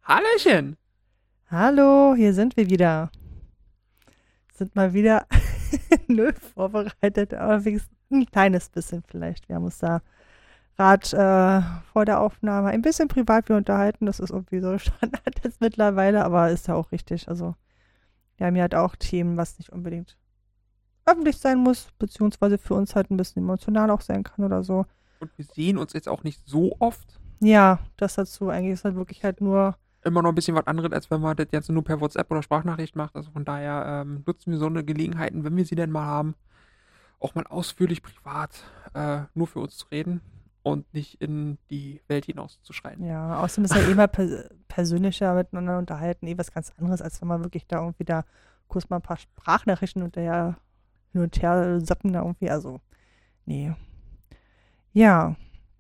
Hallöchen! Hallo, hier sind wir wieder. Sind mal wieder null vorbereitet, aber wenigstens ein kleines bisschen vielleicht. Wir haben uns da gerade vor der Aufnahme ein bisschen privat wieder unterhalten. Das ist irgendwie so Standard jetzt mittlerweile, aber ist ja auch richtig. Also wir haben ja halt auch Themen, was nicht unbedingt öffentlich sein muss, beziehungsweise für uns halt ein bisschen emotional auch sein kann oder so. Und wir sehen uns jetzt auch nicht so oft. Ja, das dazu eigentlich ist halt wirklich halt nur. Immer noch ein bisschen was anderes, als wenn man das jetzt nur per WhatsApp oder Sprachnachricht macht. Also von daher nutzen wir so eine Gelegenheiten, wenn wir sie denn mal haben, auch mal ausführlich privat nur für uns zu reden und nicht in die Welt hinaus zu schreien. Ja, außerdem ist ja eh mal persönlicher miteinander unterhalten, eh was ganz anderes, als wenn man wirklich da irgendwie da kurz mal ein paar Sprachnachrichten hinterher hin und her sappen da irgendwie. Also, nee. Ja.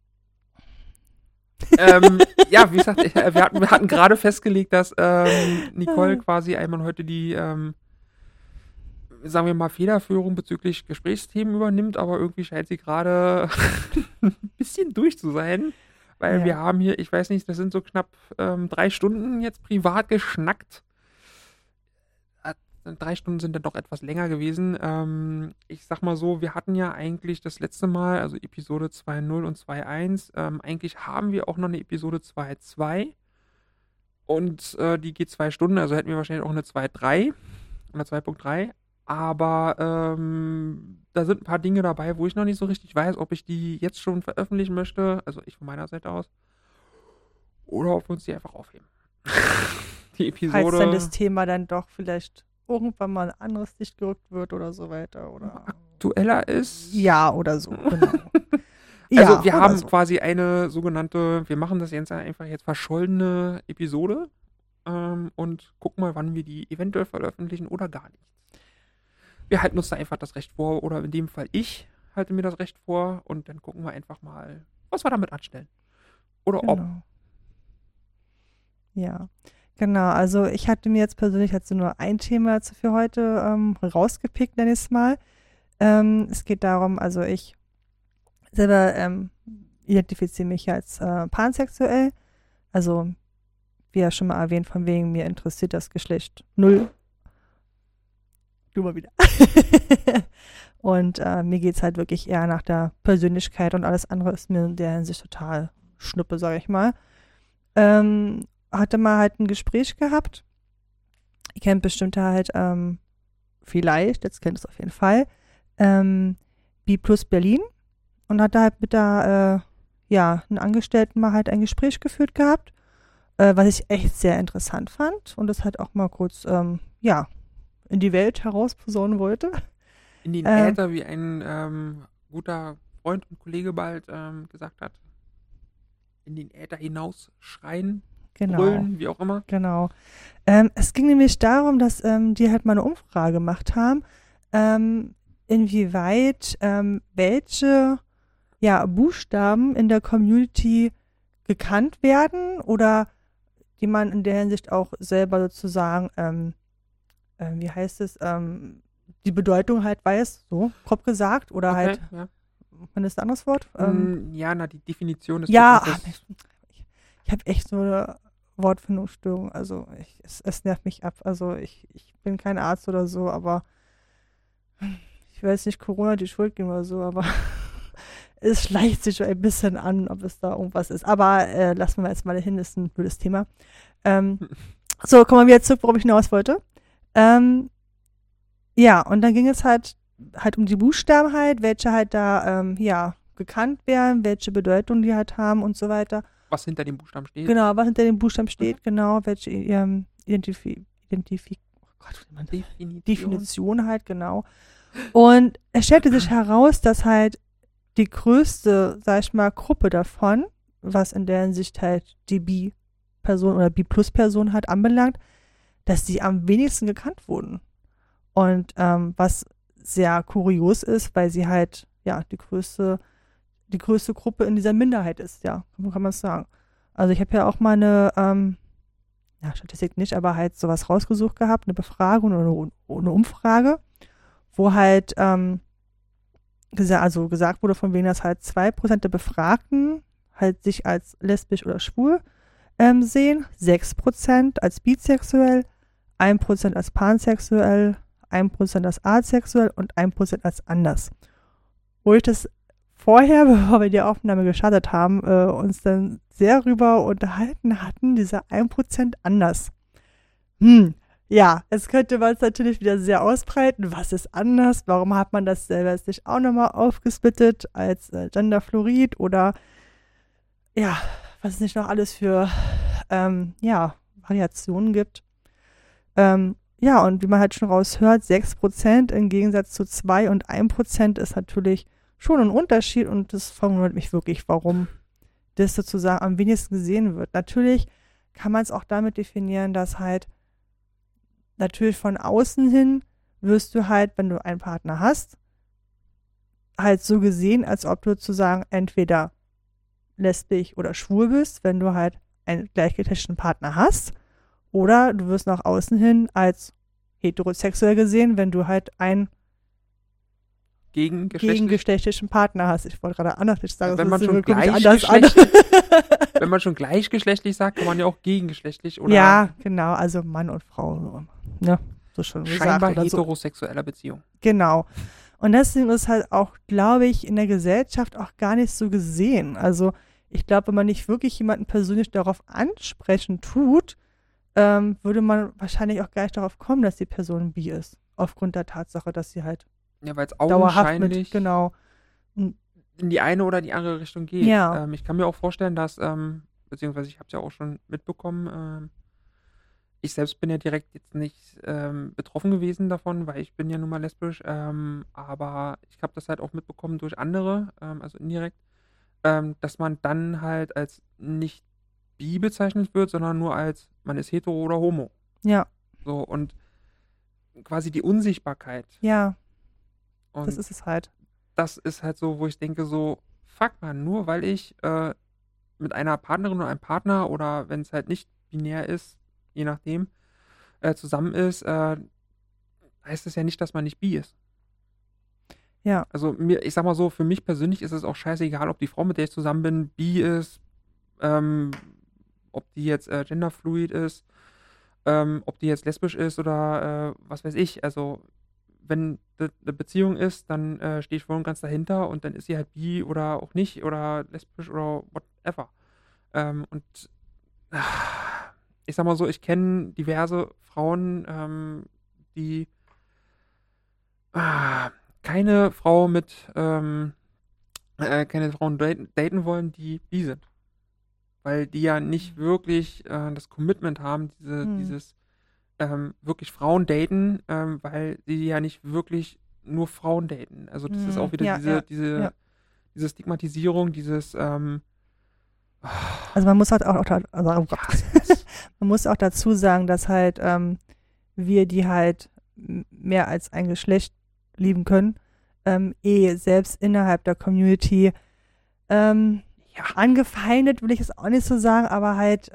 Ja, wie gesagt, wir hatten gerade festgelegt, dass Nicole quasi einmal heute die, sagen wir mal, Federführung bezüglich Gesprächsthemen übernimmt, aber irgendwie scheint sie gerade ein bisschen durch zu sein, weil Ja. wir haben hier, ich weiß nicht, das sind so knapp 3 Stunden jetzt privat geschnackt. 3 Stunden sind dann doch etwas länger gewesen. Ich sag mal so, wir hatten ja eigentlich das letzte Mal, also Episode 2.0 und 2.1, eigentlich haben wir auch noch eine Episode 2.2 und die geht 2 Stunden, also hätten wir wahrscheinlich auch eine 2.3 oder 2.3. Aber da sind ein paar Dinge dabei, wo ich noch nicht so richtig weiß, ob ich die jetzt schon veröffentlichen möchte, also ich von meiner Seite aus, oder ob wir uns die einfach aufheben. Die Falls dann das Episode Thema dann doch vielleicht irgendwann mal ein anderes Licht gerückt wird oder so weiter. Oder aktueller ist. ja, oder so, genau. Also Ja, wir oder haben so. quasi eine sogenannte, wir machen das jetzt einfach jetzt verschollene Episode und gucken mal, wann wir die eventuell veröffentlichen oder gar nicht. Wir halten uns da einfach das Recht vor, oder in dem Fall ich halte mir das Recht vor und dann gucken wir einfach mal, was wir damit anstellen. Oder ob. Genau. Ja, genau. Also ich hatte mir jetzt persönlich halt so nur ein Thema jetzt für heute rausgepickt, nenne ich es mal. Es geht darum, also ich selber identifiziere mich als pansexuell. Also, wie ja schon mal erwähnt, von wegen mir interessiert das Geschlecht null. Du mal wieder. Und mir geht es halt wirklich eher nach der Persönlichkeit und alles andere ist mir in der Hinsicht total schnuppe, sage ich mal. Hatte mal halt ein Gespräch gehabt. Ihr kennt bestimmt halt, vielleicht, jetzt kennt es auf jeden Fall, B plus Berlin und hatte halt mit der, einen Angestellten mal halt ein Gespräch geführt gehabt, was ich echt sehr interessant fand und das halt auch mal kurz, in die Welt herausposaunen wollte. In den Ähm, Äther, wie ein guter Freund und Kollege bald gesagt hat, in den Äther hinaus schreien, genau. brüllen, wie auch immer. Genau. Es ging nämlich darum, dass die halt mal eine Umfrage gemacht haben, inwieweit welche Buchstaben in der Community gekannt werden oder die man in der Hinsicht auch selber sozusagen, wie heißt es, die Bedeutung halt weiß, so grob gesagt, oder Okay, halt, ja. man ist ein anderes Wort? Ja, na, die Definition ist Ja, wirklich ich habe echt so eine Wortfindungsstörung. Also es nervt mich ab. Also ich bin kein Arzt oder so, aber ich will jetzt nicht Corona die Schuld geben oder so, aber es schleicht sich schon ein bisschen an, ob es da irgendwas ist. Aber lassen wir jetzt mal hin, ist ein blödes Thema. So, kommen wir wieder zurück, worauf ich hinaus wollte. Ja, und dann ging es halt um die Buchstaben halt, welche halt da, gekannt werden, welche Bedeutung die halt haben und so weiter. was hinter dem Buchstaben steht. Genau, was hinter dem Buchstaben steht, genau, welche Definition halt, genau. Und es stellte sich heraus, dass halt die größte, sag ich mal, Gruppe davon, was in der Hinsicht halt die B-Person oder B-Plus-Person halt anbelangt, dass sie am wenigsten gekannt wurden. Und was sehr kurios ist, weil sie halt, die größte Gruppe in dieser Minderheit ist, ja, kann man es sagen. Also ich habe ja auch mal eine, Statistik nicht, aber halt sowas rausgesucht gehabt, eine Befragung oder eine Umfrage, wo halt gesagt wurde, von wegen, dass halt 2% der Befragten halt sich als lesbisch oder schwul sehen, 6% als bisexuell, 1% als pansexuell, 1% als asexuell und 1% als anders. Wo ich das vorher, bevor wir die Aufnahme gestartet haben, uns dann sehr darüber unterhalten hatten, dieser 1% anders. Ja, jetzt könnte man es natürlich wieder sehr ausbreiten. Was ist anders? Warum hat man das selber sich auch nochmal aufgesplittet als Genderfluorid oder ja, was es nicht noch alles für Variationen gibt. Ja, und wie man halt schon raushört, 6% im Gegensatz zu 2 und 1% ist natürlich schon ein Unterschied und das verwundert mich wirklich, warum das sozusagen am wenigsten gesehen wird. Natürlich kann man es auch damit definieren, dass halt natürlich von außen hin wirst du halt, wenn du einen Partner hast, halt so gesehen, als ob du sozusagen entweder lesbisch oder schwul bist, wenn du halt einen gleichgeschlechtlichen Partner hast, oder du wirst nach außen hin als heterosexuell gesehen, wenn du halt einen gegengeschlechtlichen Partner hast. Ich wollte gerade anders sagen, wenn das man ist schon wirklich anders an. Wenn man schon gleichgeschlechtlich sagt, kann man ja auch gegengeschlechtlich oder ja, genau, also Mann und Frau, ne, so schon gesagt. scheinbar oder heterosexueller Beziehung. Genau. Und deswegen ist halt auch, glaube ich, in der Gesellschaft auch gar nicht so gesehen. Also ich glaube, wenn man nicht wirklich jemanden persönlich darauf ansprechen tut, würde man wahrscheinlich auch gar nicht darauf kommen, dass die Person bi ist. Aufgrund der Tatsache, dass sie halt Ja, weil es dauerhaft augenscheinlich genau. in die eine oder die andere Richtung geht. Ja. Ich kann mir auch vorstellen, dass, beziehungsweise ich habe es ja auch schon mitbekommen, ich selbst bin ja direkt jetzt nicht betroffen gewesen davon, weil ich bin ja nun mal lesbisch, aber ich habe das halt auch mitbekommen durch andere, also indirekt, dass man dann halt als nicht bi bezeichnet wird, sondern nur als man ist hetero oder homo. Ja, So, und quasi die Unsichtbarkeit. ja, Und das ist es halt. das ist halt so, wo ich denke so, fuck man, nur weil ich mit einer Partnerin oder einem Partner oder wenn es halt nicht binär ist, je nachdem, zusammen ist, heißt es ja nicht, dass man nicht bi ist. Ja, Also ich sag mal so, für mich persönlich ist es auch scheißegal, ob die Frau, mit der ich zusammen bin, bi ist, ob die jetzt genderfluid ist, ob die jetzt lesbisch ist oder was weiß ich. Also wenn das eine Beziehung ist, dann stehe ich voll und ganz dahinter und dann ist sie halt bi oder auch nicht oder lesbisch oder whatever. Und ich sag mal so, ich kenne diverse Frauen, die keine Frau mit keine Frauen daten wollen, die bi sind. Weil die ja nicht wirklich das Commitment haben, dieses wirklich Frauen daten, weil sie ja nicht wirklich nur Frauen daten. Also das ist auch wieder Ja, diese Stigmatisierung, dieses also man muss halt auch man muss auch dazu sagen, dass halt wir, die halt mehr als ein Geschlecht lieben können, selbst innerhalb der Community angefeindet, will ich es auch nicht so sagen, aber halt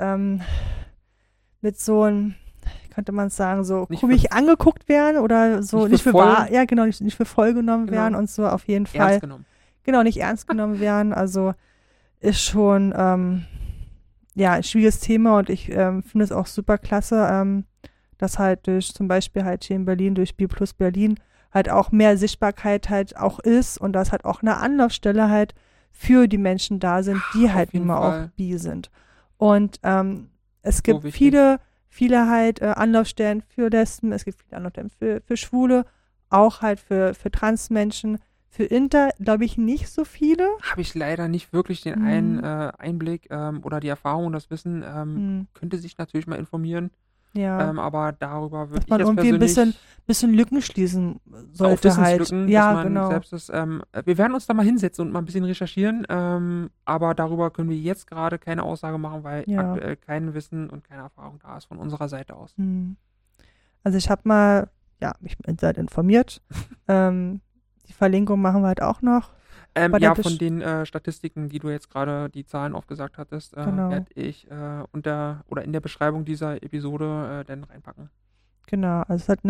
mit so einem, könnte man sagen, so Nicht komisch angeguckt werden oder so nicht für ja genau, nicht für voll genommen Genau. werden und so auf jeden Fall. ernst genommen. Genau, nicht ernst genommen werden. Also ist schon ein schwieriges Thema und ich finde es auch super klasse, dass halt durch zum Beispiel halt hier in Berlin, durch B+ Berlin halt auch mehr Sichtbarkeit halt auch ist und dass halt auch eine Anlaufstelle halt für die Menschen da sind, die halt nun mal auch bi sind. Und es gibt wichtig. viele halt Anlaufstellen für Lesben, es gibt viele Anlaufstellen für Schwule, auch halt für Transmenschen. Für Inter, glaube ich, nicht so viele. Habe ich leider nicht wirklich den Einblick oder die Erfahrung, das Wissen. Könnte sich natürlich mal informieren. Ja. Aber darüber würde dass ich man jetzt irgendwie persönlich ein bisschen Lücken schließen sollte auch Wissenslücken, halt. Ja, dass man genau. selbst das, wir werden uns da mal hinsetzen und mal ein bisschen recherchieren, aber darüber können wir jetzt gerade keine Aussage machen, weil aktuell kein Wissen und keine Erfahrung da ist von unserer Seite aus. Also ich habe mal, mich im Internet informiert. Die Verlinkung machen wir halt auch noch. Von den Statistiken, die du jetzt gerade die Zahlen aufgesagt hattest, Genau. werde ich in der Beschreibung dieser Episode dann reinpacken. Genau, also es hat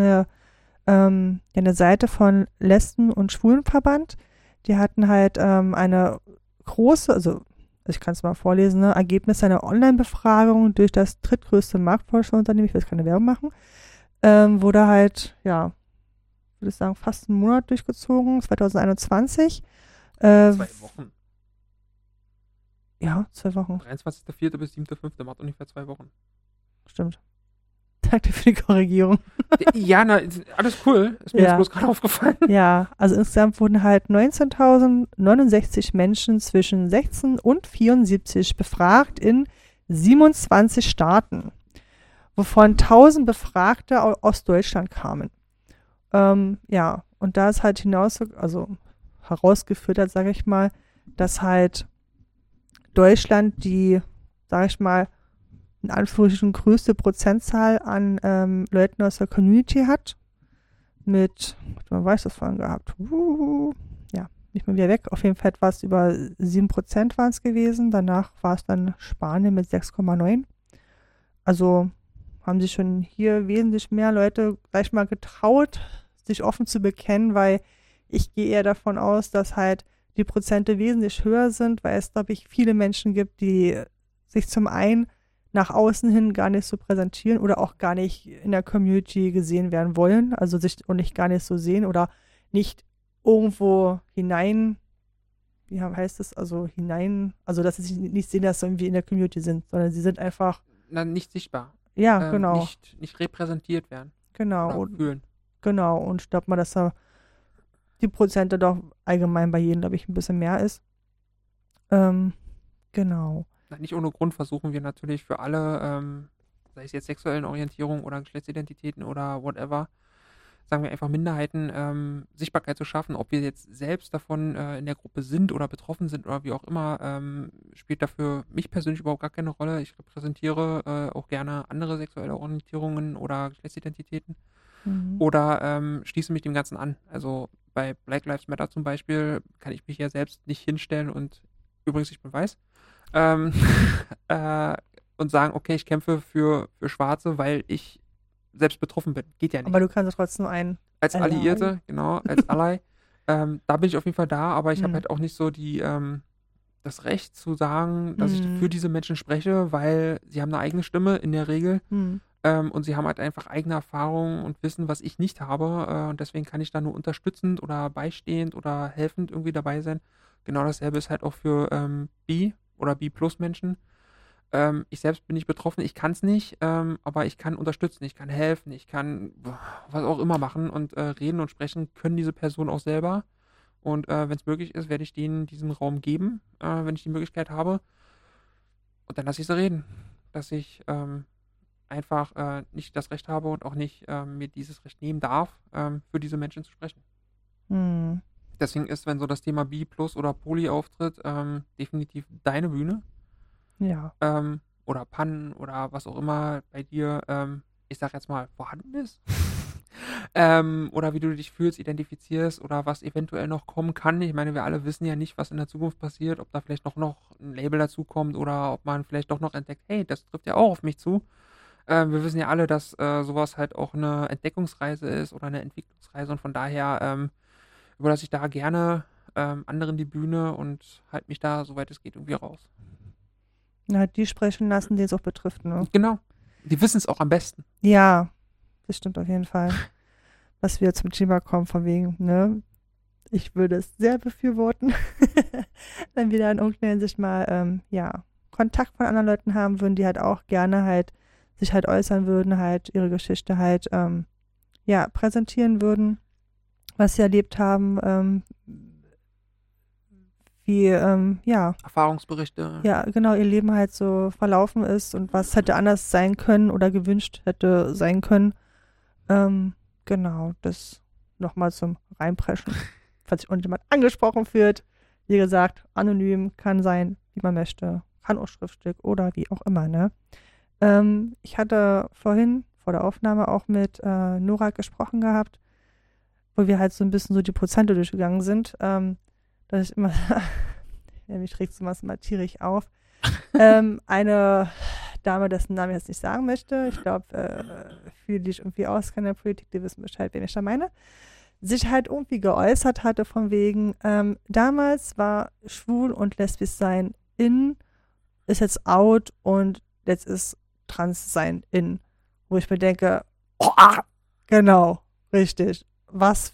eine Seite von Lesben- und Schwulenverband. Die hatten halt eine große, also ich kann es mal vorlesen, ne? Ergebnis einer Online-Befragung durch das drittgrößte Marktforschungsunternehmen, ich will jetzt keine Werbung machen, wurde halt, ja, würde ich sagen, fast einen Monat durchgezogen, 2021. 2 Wochen. Ja, 2 Wochen. 23.04. bis 7.05. macht ungefähr 2 Wochen. Stimmt. Danke für die Korrigierung. Ja, alles cool. Ist mir jetzt bloß gerade aufgefallen. Ja, also insgesamt wurden halt 19.069 Menschen zwischen 16 und 74 befragt in 27 Staaten, wovon 1000 Befragte aus Deutschland kamen. Ja, und da ist halt herausgeführt hat, sage ich mal, dass halt Deutschland die, sage ich mal, in Anführungsstrichen größte Prozentzahl an Leuten aus der Community hat. Mit, man weiß das vorhin gehabt, ja, nicht mehr wieder weg. Auf jeden Fall etwas über 7% waren es gewesen. Danach war es dann Spanien mit 6,9. Also haben sich schon hier wesentlich mehr Leute gleich mal getraut, sich offen zu bekennen, weil ich gehe eher davon aus, dass halt die Prozente wesentlich höher sind, weil es, glaube ich, viele Menschen gibt, die sich zum einen nach außen hin gar nicht so präsentieren oder auch gar nicht in der Community gesehen werden wollen, also sich und nicht gar nicht so sehen oder nicht irgendwo hinein, wie heißt es, also dass sie sich nicht sehen, dass sie irgendwie in der Community sind, sondern sie sind einfach nicht sichtbar. Ja, genau. Nicht repräsentiert werden. Genau. Oder fühlen. Genau, und ich glaube mal, dass da die Prozente doch allgemein bei jedem, glaube ich, ein bisschen mehr ist. Genau. Nicht ohne Grund versuchen wir natürlich für alle, sei es jetzt sexuellen Orientierungen oder Geschlechtsidentitäten oder whatever, sagen wir einfach Minderheiten, Sichtbarkeit zu schaffen. Ob wir jetzt selbst davon in der Gruppe sind oder betroffen sind oder wie auch immer, spielt dafür mich persönlich überhaupt gar keine Rolle. Ich repräsentiere auch gerne andere sexuelle Orientierungen oder Geschlechtsidentitäten oder schließe mich dem Ganzen an. Also bei Black Lives Matter zum Beispiel kann ich mich ja selbst nicht hinstellen und übrigens, ich bin weiß, und sagen, okay, ich kämpfe für Schwarze, weil ich selbst betroffen bin. Geht ja nicht. Aber du kannst trotzdem als Alliierte, genau, als Ally. Da bin ich auf jeden Fall da, aber ich habe halt auch nicht so das Recht zu sagen, dass ich für diese Menschen spreche, weil sie haben eine eigene Stimme in der Regel und sie haben halt einfach eigene Erfahrungen und Wissen, was ich nicht habe und deswegen kann ich da nur unterstützend oder beistehend oder helfend irgendwie dabei sein. Genau dasselbe ist halt auch für Bi- oder Bi-Plus-Menschen. Ich selbst bin nicht betroffen, ich kann es nicht, aber ich kann unterstützen, ich kann helfen, ich kann was auch immer machen und reden und sprechen können diese Personen auch selber. Und wenn es möglich ist, werde ich denen diesen Raum geben, wenn ich die Möglichkeit habe. Und dann lasse ich sie reden. Dass ich einfach nicht das Recht habe und auch nicht mir dieses Recht nehmen darf, für diese Menschen zu sprechen. Deswegen ist, wenn so das Thema Bi, Plus oder Poly auftritt, definitiv deine Bühne. Ja. Oder Pannen oder was auch immer bei dir, ich sag jetzt mal, vorhanden ist. Oder wie du dich fühlst, identifizierst oder was eventuell noch kommen kann. Ich meine, wir alle wissen ja nicht, was in der Zukunft passiert, ob da vielleicht noch ein Label dazu kommt oder ob man vielleicht doch noch entdeckt, hey, das trifft ja auch auf mich zu. Wir wissen ja alle, dass sowas halt auch eine Entdeckungsreise ist oder eine Entwicklungsreise und von daher überlasse ich da gerne anderen die Bühne und halte mich da, soweit es geht, irgendwie raus. Na, die sprechen lassen, die es auch betrifft, ne? Genau. Die wissen es auch am besten. Ja, das stimmt auf jeden Fall. Was wir zum Thema kommen, von wegen, ne? Ich würde es sehr befürworten, wenn wir da in irgendeiner Hinsicht mal, Kontakt von anderen Leuten haben würden, die halt auch gerne halt sich halt äußern würden, halt ihre Geschichte halt, präsentieren würden, was sie erlebt haben, Erfahrungsberichte. Ja, genau, ihr Leben halt so verlaufen ist und was hätte anders sein können oder gewünscht hätte sein können. Genau, das nochmal zum Reinpreschen. Falls sich jemand angesprochen fühlt, wie gesagt, anonym kann sein, wie man möchte, kann auch Schriftstück oder wie auch immer, ne? Ich hatte vorhin vor der Aufnahme auch mit Nora gesprochen gehabt, wo wir halt so ein bisschen so die Prozente durchgegangen sind, dass ich immer, mich regt sowas immer tierisch auf, eine Dame, dessen Namen ich jetzt nicht sagen möchte, ich glaube, viele, die sich irgendwie auskennen in der Politik, die wissen Bescheid, wen ich da meine, sich halt irgendwie geäußert hatte von wegen, damals war schwul und lesbisch sein in, ist jetzt out und jetzt ist Trans-Sein in. Wo ich mir denke, oh, genau, richtig. Was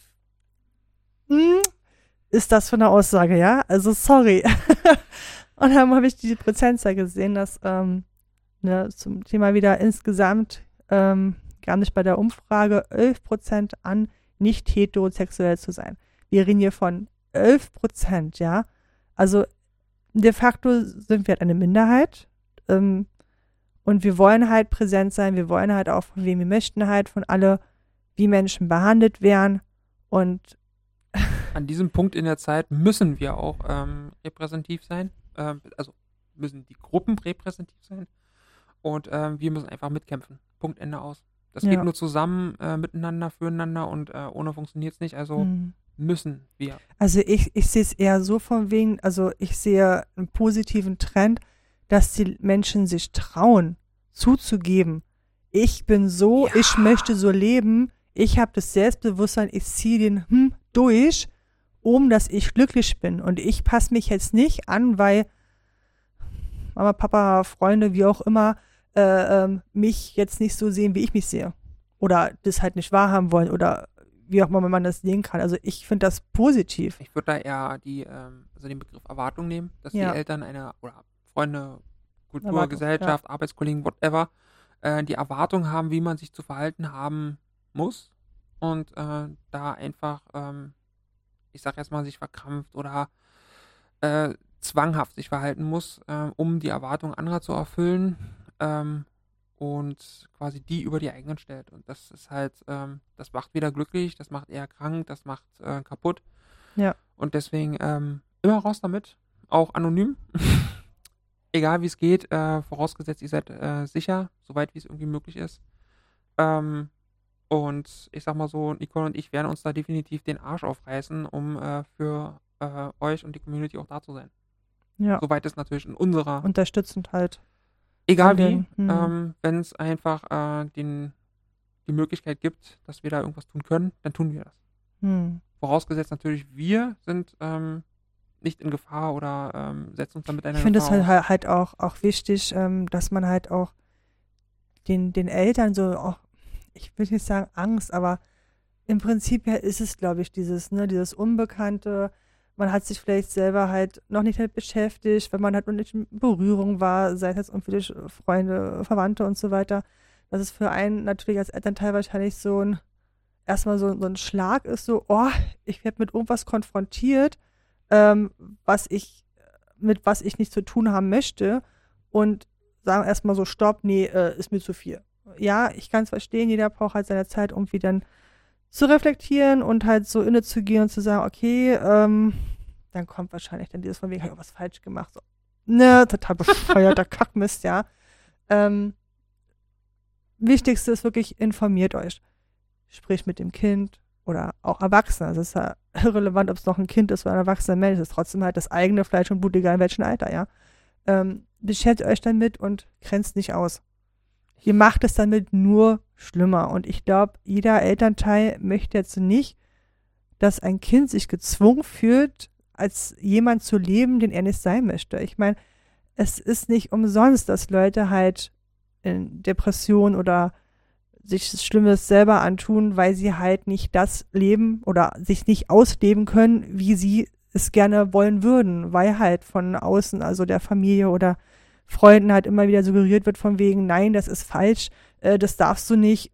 ist das für eine Aussage, ja? Also sorry. Und dann habe ich die Prozentzahl gesehen, dass zum Thema wieder insgesamt gar nicht bei der Umfrage 11% an, nicht heterosexuell zu sein. Wir reden hier von 11%, ja. Also de facto sind wir halt eine Minderheit und wir wollen halt präsent sein, wir wollen halt auch von wem wir möchten halt von alle, wie Menschen behandelt werden und an diesem Punkt in der Zeit müssen wir auch repräsentativ sein, also müssen die Gruppen repräsentativ sein und wir müssen einfach mitkämpfen. Punkt, Ende aus. Das geht nur zusammen, miteinander, füreinander und ohne funktioniert es nicht, also müssen wir. Also ich sehe es eher so von wegen, also ich sehe einen positiven Trend, dass die Menschen sich trauen, zuzugeben, ich bin so, ich möchte so leben, ich habe das Selbstbewusstsein, ich ziehe den durch, dass ich glücklich bin. Und ich passe mich jetzt nicht an, weil Mama, Papa, Freunde, wie auch immer, mich jetzt nicht so sehen, wie ich mich sehe. Oder das halt nicht wahrhaben wollen oder wie auch immer man das sehen kann. Also ich finde das positiv. Ich würde da eher den Begriff Erwartung nehmen, dass die Eltern oder Freunde, Kultur, Gesellschaft, Arbeitskollegen, whatever, die Erwartung haben, wie man sich zu verhalten haben muss und da einfach, ich sag erstmal, sich verkrampft oder zwanghaft sich verhalten muss, um die Erwartungen anderer zu erfüllen und quasi die über die eigenen stellt. Und das ist halt, das macht weder glücklich, das macht eher krank, das macht kaputt. Ja. Und deswegen immer raus damit, auch anonym. Egal wie es geht, vorausgesetzt ihr seid sicher, soweit wie es irgendwie möglich ist. Und ich sag mal so, Nicole und ich werden uns da definitiv den Arsch aufreißen, um für euch und die Community auch da zu sein. Ja. Soweit es natürlich in unserer... Unterstützend halt. Egal wie, wenn es einfach die Möglichkeit gibt, dass wir da irgendwas tun können, dann tun wir das. Vorausgesetzt natürlich, wir sind nicht in Gefahr oder setzen uns damit einer Ich finde es Gefahr halt auch wichtig, dass man halt auch den Eltern so auch, ich will nicht sagen Angst, aber im Prinzip ja ist es, glaube ich, dieses Unbekannte. Man hat sich vielleicht selber halt noch nicht damit beschäftigt, wenn man halt noch nicht in Berührung war, sei es jetzt irgendwie durch Freunde, Verwandte und so weiter. Dass es für einen natürlich als Elternteil wahrscheinlich erstmal so ein Schlag ist, so, ich werde mit irgendwas konfrontiert, was ich nicht zu tun haben möchte und sagen erstmal so, stopp, nee, ist mir zu viel. Ja, ich kann es verstehen, jeder braucht halt seine Zeit, irgendwie dann zu reflektieren und halt so inne zu gehen und zu sagen, okay, dann kommt wahrscheinlich dann dieses von wegen, ich habe was falsch gemacht. So, ne, total bescheuerter Kackmist, ja. Wichtigste ist wirklich, informiert euch. Spricht mit dem Kind oder auch Erwachsene. Es ist ja irrelevant, ob es noch ein Kind ist oder ein erwachsener Mensch. Es ist trotzdem halt das eigene Fleisch und Blut, egal in welchem Alter, ja. Beschäftigt euch damit und grenzt nicht aus. Ihr macht es damit nur schlimmer. Und ich glaube, jeder Elternteil möchte jetzt nicht, dass ein Kind sich gezwungen fühlt, als jemand zu leben, den er nicht sein möchte. Ich meine, es ist nicht umsonst, dass Leute halt in Depression oder sich Schlimmes selber antun, weil sie halt nicht das leben oder sich nicht ausleben können, wie sie es gerne wollen würden, weil halt von außen, also der Familie oder Freunden halt immer wieder suggeriert wird von wegen, nein, das ist falsch, das darfst du nicht,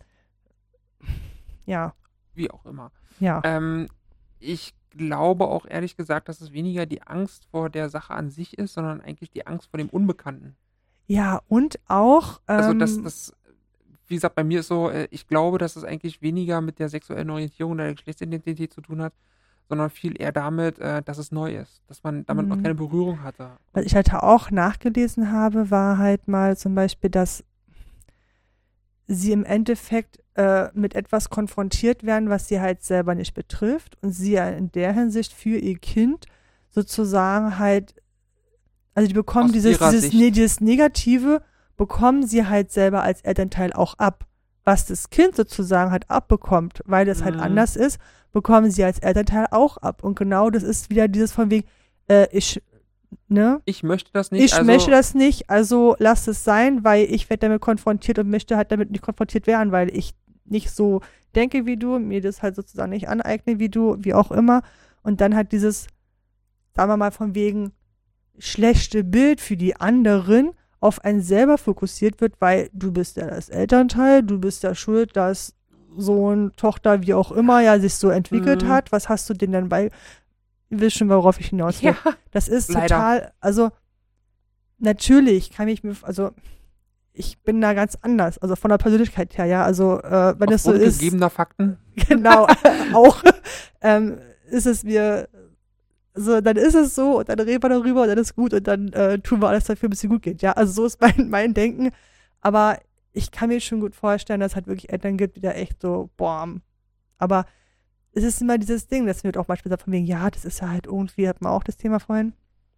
ja. Wie auch immer. Ja. Ich glaube auch ehrlich gesagt, dass es weniger die Angst vor der Sache an sich ist, sondern eigentlich die Angst vor dem Unbekannten. Ja, und auch also das, wie gesagt, bei mir ist so, ich glaube, dass es eigentlich weniger mit der sexuellen Orientierung oder der Geschlechtsidentität zu tun hat, sondern viel eher damit, dass es neu ist, dass man damit noch keine Berührung hatte. Was ich halt auch nachgelesen habe, war halt mal zum Beispiel, dass sie im Endeffekt mit etwas konfrontiert werden, was sie halt selber nicht betrifft und sie ja in der Hinsicht für ihr Kind sozusagen halt, also die bekommen dieses Negative, bekommen sie halt selber als Elternteil auch ab. Was das Kind sozusagen halt abbekommt, weil das halt anders ist, bekommen sie als Elternteil auch ab. Und genau das ist wieder dieses von wegen, ich ne? Ich möchte das nicht. Ich möchte das nicht, also lass es sein, weil ich werde damit konfrontiert und möchte halt damit nicht konfrontiert werden, weil ich nicht so denke wie du, mir das halt sozusagen nicht aneigne wie du, wie auch immer. Und dann halt dieses, sagen wir mal von wegen, schlechte Bild für die anderen auf einen selber fokussiert wird, weil du bist ja das Elternteil, du bist ja schuld, dass Sohn, Tochter, wie auch immer, ja sich so entwickelt hat. Was hast du denn bei? Ihr wisst schon, worauf ich hinaus will. Ja, Das ist leider. total, also natürlich also ich bin da ganz anders, also von der Persönlichkeit her, ja, also wenn es so ist, gegebener Fakten. genau, auch ist es mir so, dann ist es so und dann reden wir darüber und dann ist gut und dann tun wir alles dafür, bis es gut geht, ja, also so ist mein Denken, aber ich kann mir schon gut vorstellen, dass es halt wirklich Eltern gibt, die da echt so, boah, aber es ist immer dieses Ding, das wird auch manchmal gesagt von wegen, ja, das ist ja halt irgendwie, hat man auch das Thema vorhin,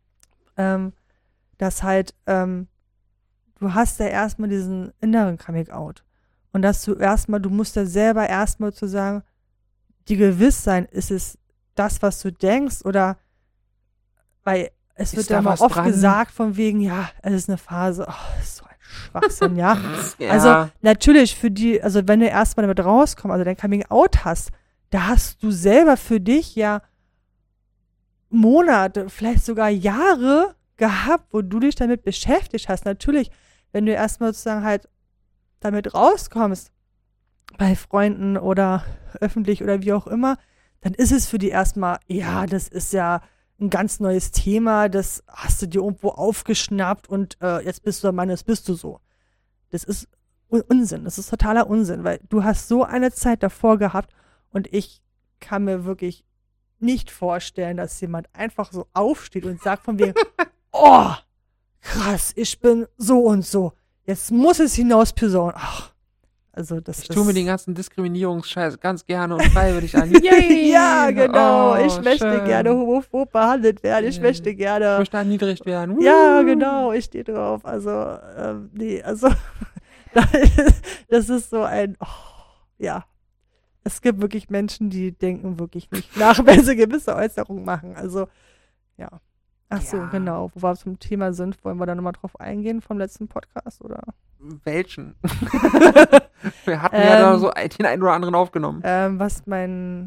dass halt, du hast ja erstmal diesen inneren Coming-out und dass du musst ja selber erstmal zu sagen, die Gewisssein, ist es das, was du denkst oder, weil es wird ja mal oft gesagt von wegen, ja, es ist eine Phase, das ist so ein Schwachsinn, ja. Ja. Also natürlich also wenn du erstmal damit rauskommst, also dein Coming-out hast, da hast du selber für dich ja Monate, vielleicht sogar Jahre gehabt, wo du dich damit beschäftigt hast. Natürlich, wenn du erstmal sozusagen halt damit rauskommst, bei Freunden oder öffentlich oder wie auch immer, dann ist es für die erstmal, ja, das ist ja ein ganz neues Thema, das hast du dir irgendwo aufgeschnappt und jetzt bist du der Mann, jetzt bist du so. Das ist Unsinn, das ist totaler Unsinn, weil du hast so eine Zeit davor gehabt und ich kann mir wirklich nicht vorstellen, dass jemand einfach so aufsteht und sagt von wegen, oh, krass, ich bin so und so, jetzt muss es hinauspösaunen. Ach, also das ich tue mir den ganzen Diskriminierungsscheiß ganz gerne und freiwillig an. Yay! Ja, genau. Ich möchte schön. gerne homophob behandelt werden. Ich möchte gerne. Ich möchte erniedrigt werden. Ja, genau. Ich stehe drauf. Also, nee, also, das ist so ein, ja. Es gibt wirklich Menschen, die denken wirklich nicht nach, wenn sie gewisse Äußerungen machen. Also, ja. Ach so, Ja. genau. Wo wir zum Thema sind, wollen wir da nochmal drauf eingehen vom letzten Podcast, oder? Welchen? Wir hatten ja da so den einen oder anderen aufgenommen. Was mein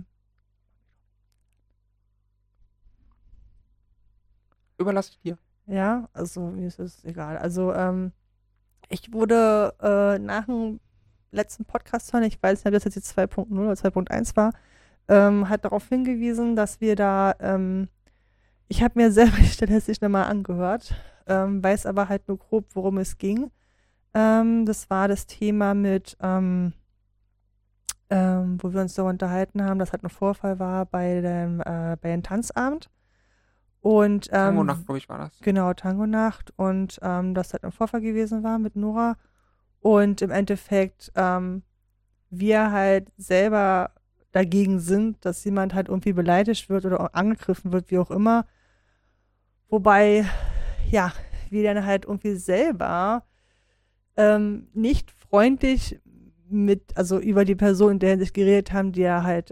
Überlasse ich dir. Ja, also mir ist es egal. Also ich wurde nach dem letzten Podcast hören, ich weiß nicht, ob das jetzt 2.0 oder 2.1 war, hat darauf hingewiesen, dass wir da, ich habe mir selber die Statistik nochmal angehört, weiß aber halt nur grob, worum es ging. Das war das Thema mit, wo wir uns da unterhalten haben, dass halt ein Vorfall war bei dem Tanzabend. Und, Tango-Nacht, glaube ich, war das. Genau, Tango-Nacht. Und das halt ein Vorfall gewesen war mit Nora. Und im Endeffekt wir halt selber dagegen sind, dass jemand halt irgendwie beleidigt wird oder angegriffen wird, wie auch immer. Wobei, ja, wir dann halt irgendwie selber nicht freundlich also über die Person in der Hinsicht geredet haben, die ja halt,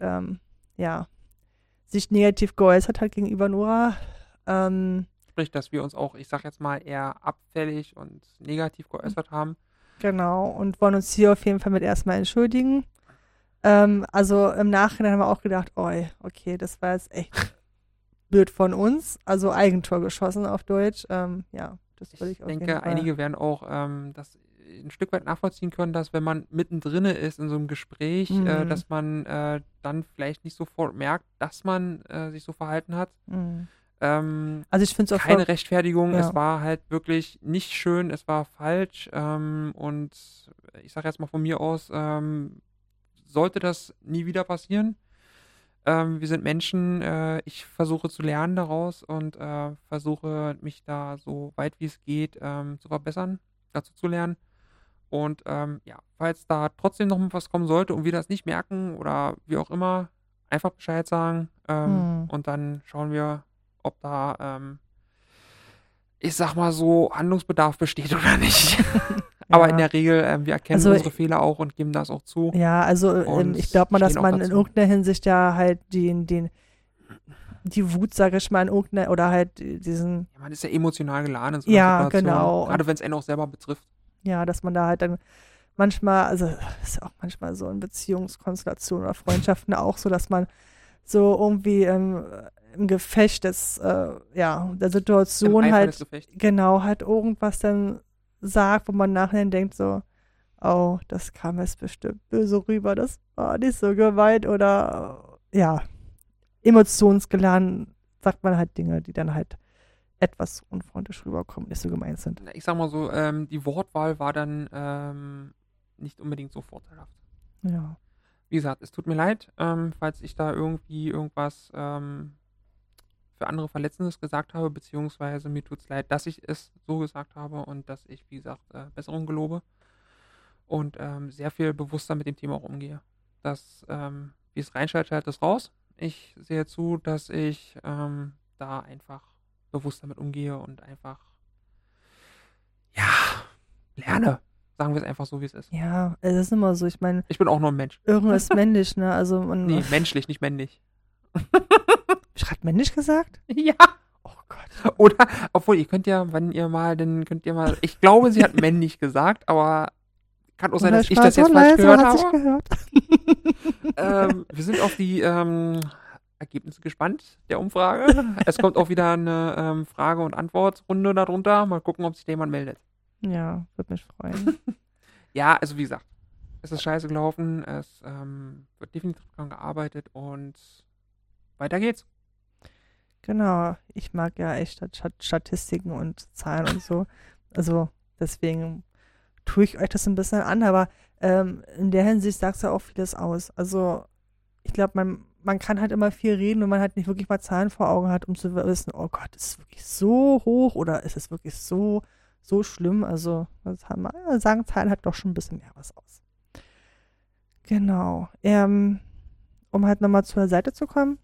sich negativ geäußert hat gegenüber Nora. Sprich, dass wir uns auch, ich sag jetzt mal, eher abfällig und negativ geäußert haben. Genau, und wollen uns hier auf jeden Fall mit erstmal entschuldigen. Also im Nachhinein haben wir auch gedacht, okay, das war jetzt echt blöd von uns. Also Eigentor geschossen auf Deutsch. Ja, das würde ich auf jeden Fall. Ich denke, einige werden auch das ein Stück weit nachvollziehen können, dass wenn man mittendrin ist in so einem Gespräch, dass man dann vielleicht nicht sofort merkt, dass man sich so verhalten hat. Also ich finde es auch keine Rechtfertigung, ja. Es war halt wirklich nicht schön, es war falsch und ich sage jetzt mal von mir aus, sollte das nie wieder passieren. Wir sind Menschen, ich versuche zu lernen daraus und versuche mich da so weit wie es geht zu verbessern, dazu zu lernen. Und falls da trotzdem noch was kommen sollte und wir das nicht merken oder wie auch immer, einfach Bescheid sagen und dann schauen wir, ob da, ich sag mal so, Handlungsbedarf besteht oder nicht. Aber in der Regel, wir erkennen unsere Fehler auch und geben das auch zu. Ja, also ich glaube mal, dass man in irgendeiner Hinsicht ja halt die Wut, sage ich mal, in irgendeiner, oder halt diesen, Ja, man ist ja emotional geladen in so einer ja, Situation. genau. Gerade wenn es einen auch selber betrifft. Ja, dass man da halt dann manchmal, also das ist ja auch manchmal so in Beziehungskonstellationen oder Freundschaften auch so, dass man so irgendwie im Gefecht des, der Situation Eifer des halt, Gefechts. genau, halt irgendwas dann sagt, wo man nachher denkt so, oh, das kam jetzt bestimmt böse rüber, das war nicht so gemeint oder, ja, emotionsgeladen sagt man halt Dinge, die dann halt etwas unfreundlich rüberkommen, nicht so gemeint sind. Ich sag mal so, die Wortwahl war dann nicht unbedingt so vorteilhaft. Ja. Wie gesagt, es tut mir leid, falls ich da irgendwie irgendwas für andere Verletzendes gesagt habe, beziehungsweise mir tut es leid, dass ich es so gesagt habe und dass ich, wie gesagt, Besserung gelobe und sehr viel bewusster mit dem Thema auch umgehe. Dass, wie es reinschaltet, halt es raus. Ich sehe zu, dass ich da einfach bewusst damit umgehe und einfach, ja, lerne. Sagen wir es einfach so, wie es ist. Ja, es ist immer so, ich meine, Ich bin auch nur ein Mensch. Irren ist männlich, ne? Also man. Nee, menschlich, nicht männlich. Hab ich gerade männlich gesagt? Ja. Oh Gott. Oder, obwohl, ihr könnt ja, wenn ihr mal, dann könnt ihr mal, ich glaube, sie hat männlich gesagt, aber kann auch sein, dass ich das jetzt falsch gehört habe. Wir sind auf die Ergebnisse gespannt der Umfrage. Es kommt auch wieder eine Frage- und Antwortrunde darunter. Mal gucken, ob sich da jemand meldet. Ja, würde mich freuen. Ja, also wie gesagt, es ist scheiße gelaufen, es wird definitiv dran gearbeitet und weiter geht's. Genau, ich mag ja echt Statistiken und Zahlen und so. Also deswegen tue ich euch das ein bisschen an, aber in der Hinsicht sagt es ja auch vieles aus. Also ich glaube, man kann halt immer viel reden, wenn man halt nicht wirklich mal Zahlen vor Augen hat, um zu wissen, oh Gott, ist es wirklich so hoch oder ist es wirklich so schlimm? Also sagen Zahlen halt doch schon ein bisschen mehr was aus. Genau. Um halt nochmal zur Seite zu kommen.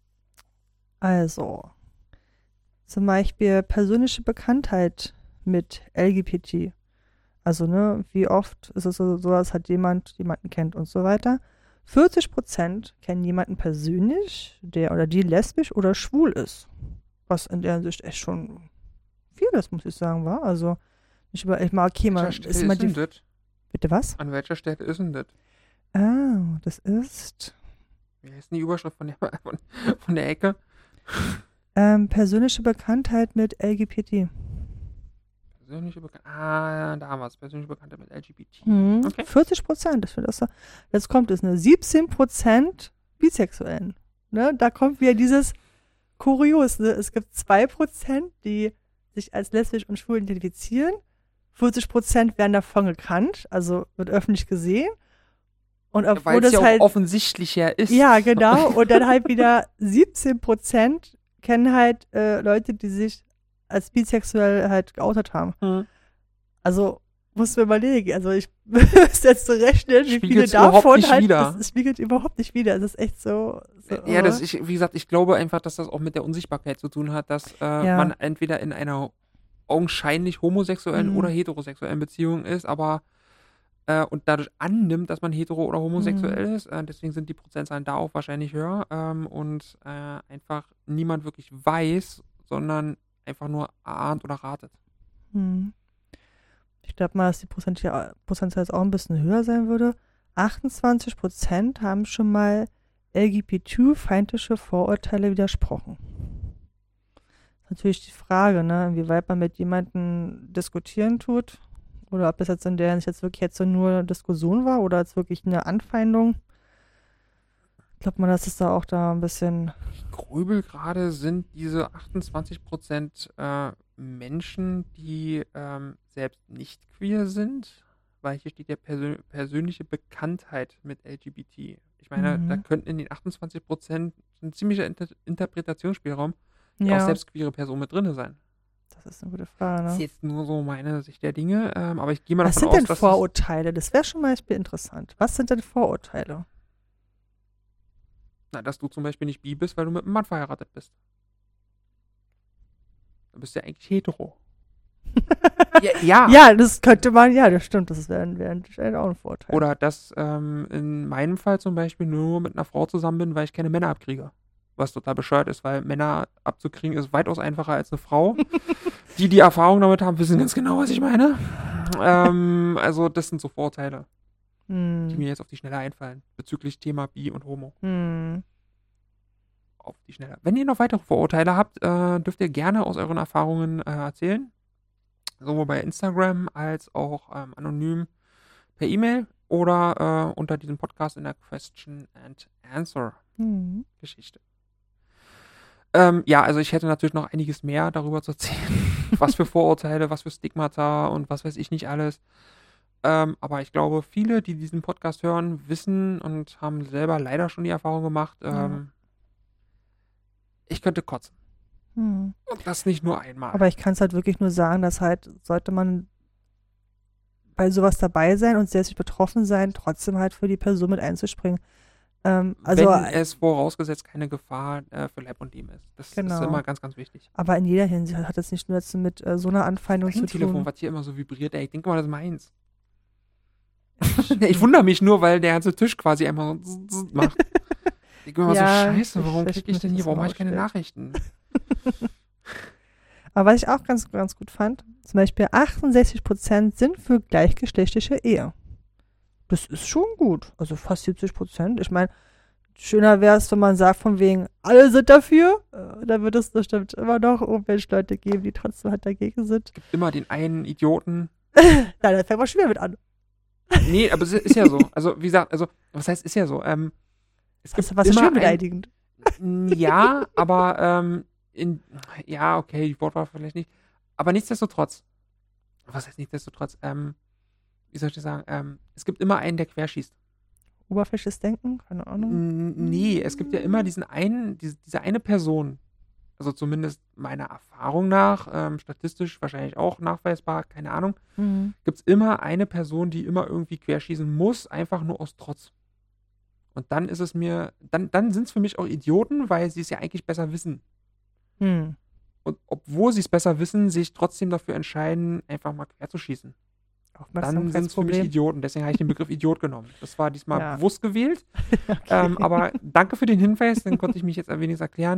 Also, zum Beispiel persönliche Bekanntheit mit LGBT. Also, ne, wie oft ist es so, dass halt jemand jemanden kennt und so weiter. 40% kennen jemanden persönlich, der oder die lesbisch oder schwul ist. Was in der Hinsicht echt schon viel ist, muss ich sagen, war. Also, ich mal, okay, man ist immer die. Bitte was? An welcher Stelle ist denn das? Ah, das ist. Wie heißt denn die Überschrift von der Ecke? Persönliche Bekanntheit mit LGBT. Persönliche Bekanntheit. Ah, da haben wir es. Persönliche Bekanntheit mit LGBT. Okay. 40%, ich finde das so. Jetzt kommt es, ne? 17% Bisexuellen. Ne? Da kommt wieder dieses Kurios, ne? Es gibt 2%, die sich als lesbisch und schwul identifizieren. 40% werden davon gekannt, also wird öffentlich gesehen. Und obwohl weil es das ja halt auch offensichtlicher ist. Ja, genau. Und dann halt wieder 17% kennen halt Leute, die sich als bisexuell halt geoutet haben. Also muss man überlegen. Also ich müsste jetzt so rechnen, wie viele davon halt. Das spiegelt überhaupt nicht wider. Es ist echt so. Ja, wie gesagt, ich glaube einfach, dass das auch mit der Unsichtbarkeit zu tun hat, dass man entweder in einer augenscheinlich homosexuellen oder heterosexuellen Beziehung ist, aber und dadurch annimmt, dass man hetero oder homosexuell ist. Deswegen sind die Prozentzahlen da auch wahrscheinlich höher und einfach niemand wirklich weiß, sondern einfach nur ahnt oder ratet. Ich glaube mal, dass die Prozentzahl jetzt auch ein bisschen höher sein würde. 28% haben schon mal LGBT-feindliche Vorurteile widersprochen. Das ist natürlich die Frage, ne, inwieweit man mit jemandem diskutieren tut. Oder ob das jetzt in der Hinsicht jetzt wirklich jetzt so nur Diskussion war oder jetzt wirklich eine Anfeindung. Glaubt man, dass es da auch da ein bisschen. Ich grübel gerade, sind diese 28% Menschen, die selbst nicht queer sind, weil hier steht ja persönliche Bekanntheit mit LGBT. Ich meine, da könnten in den 28% ein ziemlicher Interpretationsspielraum auch selbst queere Personen mit drin sein. Das ist eine gute Frage, ne? Das ist jetzt nur so meine Sicht der Dinge, aber ich gehe mal davon aus, dass Was sind denn Vorurteile? Das wäre schon mal interessant. Was sind denn Vorurteile? Na, dass du zum Beispiel nicht bi bist, weil du mit einem Mann verheiratet bist. Du bist ja eigentlich hetero. Ja. Ja, das könnte man, ja, das stimmt, das wäre auch ein Vorurteil. Oder dass in meinem Fall zum Beispiel nur mit einer Frau zusammen bin, weil ich keine Männer abkriege. was total bescheuert ist, weil Männer abzukriegen ist weitaus einfacher als eine Frau. Die Erfahrung damit haben, wissen ganz genau, was ich meine. Also das sind so Vorurteile, die mir jetzt auf die Schnelle einfallen, bezüglich Thema Bi und Homo. Auf die Schnelle. Wenn ihr noch weitere Vorurteile habt, dürft ihr gerne aus euren Erfahrungen erzählen. Sowohl bei Instagram als auch anonym per E-Mail oder unter diesem Podcast in der Question and Answer Geschichte. Ja, also ich hätte natürlich noch einiges mehr darüber zu erzählen. Was für Vorurteile, was für Stigmata und was weiß ich nicht alles. Aber ich glaube, viele, die diesen Podcast hören, wissen und haben selber leider schon die Erfahrung gemacht, ich könnte kotzen. Und das nicht nur einmal. Aber ich kann es halt wirklich nur sagen, dass halt, sollte man bei sowas dabei sein und selbst betroffen sein, trotzdem halt für die Person mit einzuspringen. Also, wenn es vorausgesetzt keine Gefahr für Leib und Leben ist. Das ist immer ganz, ganz wichtig. Aber in jeder Hinsicht hat das nicht nur jetzt mit so einer Anfeindung zu tun. Telefon, was hier immer so vibriert, ey, ich denke mal, das ist meins. Ich wundere mich nur, weil der ganze Tisch quasi einfach so macht. Ich denke mir immer so, scheiße, warum kriege ich denn hier, warum habe ich keine Nachrichten? Aber was ich auch ganz, ganz gut fand, zum Beispiel 68% sind für gleichgeschlechtliche Ehe. Das ist schon gut. Also fast 70%. Ich meine, schöner wäre es, wenn man sagt, von wegen, alle sind dafür. Da wird es bestimmt immer noch irgendwelche Leute geben, die trotzdem halt dagegen sind. Es gibt immer den einen Idioten. Nein, da fängt man schon wieder mit an. Nee, aber es ist ja so. Also, wie gesagt, was heißt, ist ja so. Es gibt was ist schön beleidigend. Ja, aber ja, okay, die Wortwahl vielleicht nicht. Aber nichtsdestotrotz. Was heißt nichtsdestotrotz? Wie soll ich das sagen? Es gibt immer einen, der querschießt. Oberflächliches Denken? Keine Ahnung. Nee, es gibt ja immer diese eine Person, also zumindest meiner Erfahrung nach, statistisch wahrscheinlich auch nachweisbar, keine Ahnung, gibt es immer eine Person, die immer irgendwie querschießen muss, einfach nur aus Trotz. Und dann ist es mir, dann sind es für mich auch Idioten, weil sie es ja eigentlich besser wissen. Und obwohl sie es besser wissen, sich trotzdem dafür entscheiden, einfach mal quer zu schießen. Dann sind es für mich Idioten. Deswegen habe ich den Begriff Idiot genommen. Das war diesmal bewusst gewählt. Okay. Aber danke für den Hinweis, dann konnte ich mich jetzt ein wenig erklären.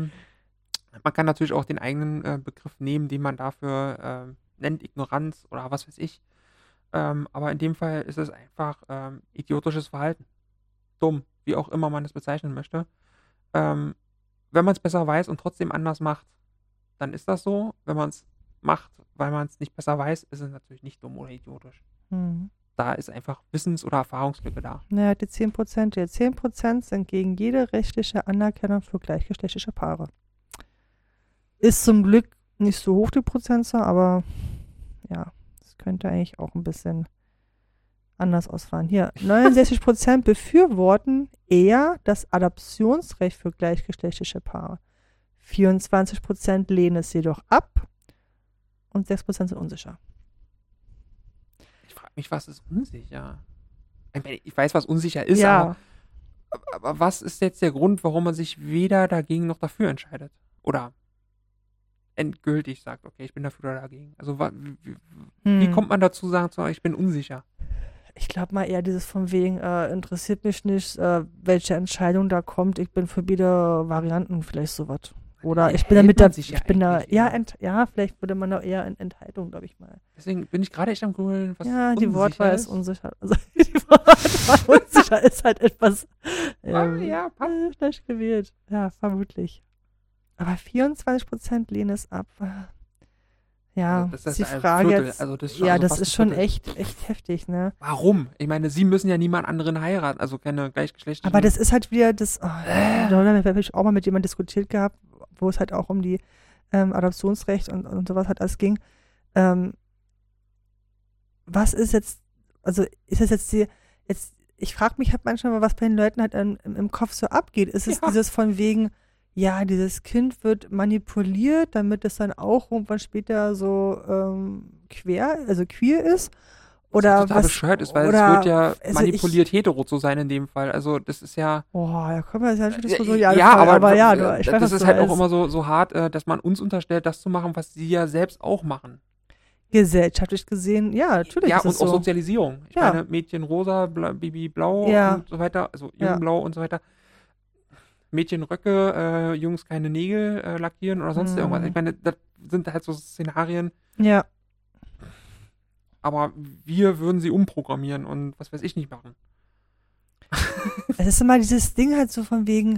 Man kann natürlich auch den eigenen Begriff nehmen, den man dafür nennt, Ignoranz oder was weiß ich. Aber in dem Fall ist es einfach idiotisches Verhalten. Dumm, wie auch immer man es bezeichnen möchte. Wenn man es besser weiß und trotzdem anders macht, dann ist das so. Wenn man es macht, weil man es nicht besser weiß, ist es natürlich nicht dumm oder idiotisch. Da ist einfach Wissens- oder Erfahrungslücke da. Naja, die 10% sind gegen jede rechtliche Anerkennung für gleichgeschlechtliche Paare. Ist zum Glück nicht so hoch die Prozentzahl, aber ja, das könnte eigentlich auch ein bisschen anders ausfallen. Hier, 69% befürworten eher das Adoptionsrecht für gleichgeschlechtliche Paare. 24% lehnen es jedoch ab und 6% sind unsicher. Ich frage mich, was ist unsicher? Ich meine, ich weiß, was unsicher ist, ja. aber was ist jetzt der Grund, warum man sich weder dagegen noch dafür entscheidet? Oder endgültig sagt, okay, ich bin dafür oder dagegen. Also wie kommt man dazu, sagen zu sagen, ich bin unsicher? Ich glaube mal eher dieses von wegen, interessiert mich nicht, welche Entscheidung da kommt. Ich bin für beide Varianten, vielleicht sowas. Oder ich bin da mit der, vielleicht würde man da eher in Enthaltung, glaube ich mal. Deswegen bin ich gerade echt am Grübeln, was ja, die Wortwahl ist unsicher. Also die Wortwahl unsicher ist halt etwas schlecht gewählt. Ja, vermutlich. Aber 24% lehnen es ab. Ja, also das die ist Frage Viertel. jetzt. Also das ist schon echt heftig, ne? Warum? Ich meine, sie müssen ja niemand anderen heiraten, also keine gleichgeschlechtlichen. Aber das ist halt wieder das. Da habe ich auch mal mit jemandem diskutiert gehabt, wo es halt auch um die Adoptionsrecht und sowas halt alles ging. Was ist jetzt, also ist es jetzt ich frage mich halt manchmal, was bei den Leuten halt im Kopf so abgeht. Ist es dieses von wegen, ja, dieses Kind wird manipuliert, damit es dann auch irgendwann später so queer ist? Oder was total bescheuert ist, weil es wird ja manipuliert, hetero zu sein in dem Fall. Also das ist ja. Da können wir jetzt ja schon so ja, ich weiß, das ist halt auch immer so hart, dass man uns unterstellt, das zu machen, was sie ja selbst auch machen. Gesellschaftlich gesehen, ja, natürlich. Ja, ist und es auch so. Sozialisierung. Ich meine, Mädchen rosa, Baby blau und so weiter, also Jungblau und so weiter. Mädchen Röcke, Jungs keine Nägel lackieren oder sonst irgendwas. Ich meine, das sind halt so Szenarien, Ja. aber wir würden sie umprogrammieren und was weiß ich nicht machen. Es ist immer dieses Ding halt so von wegen,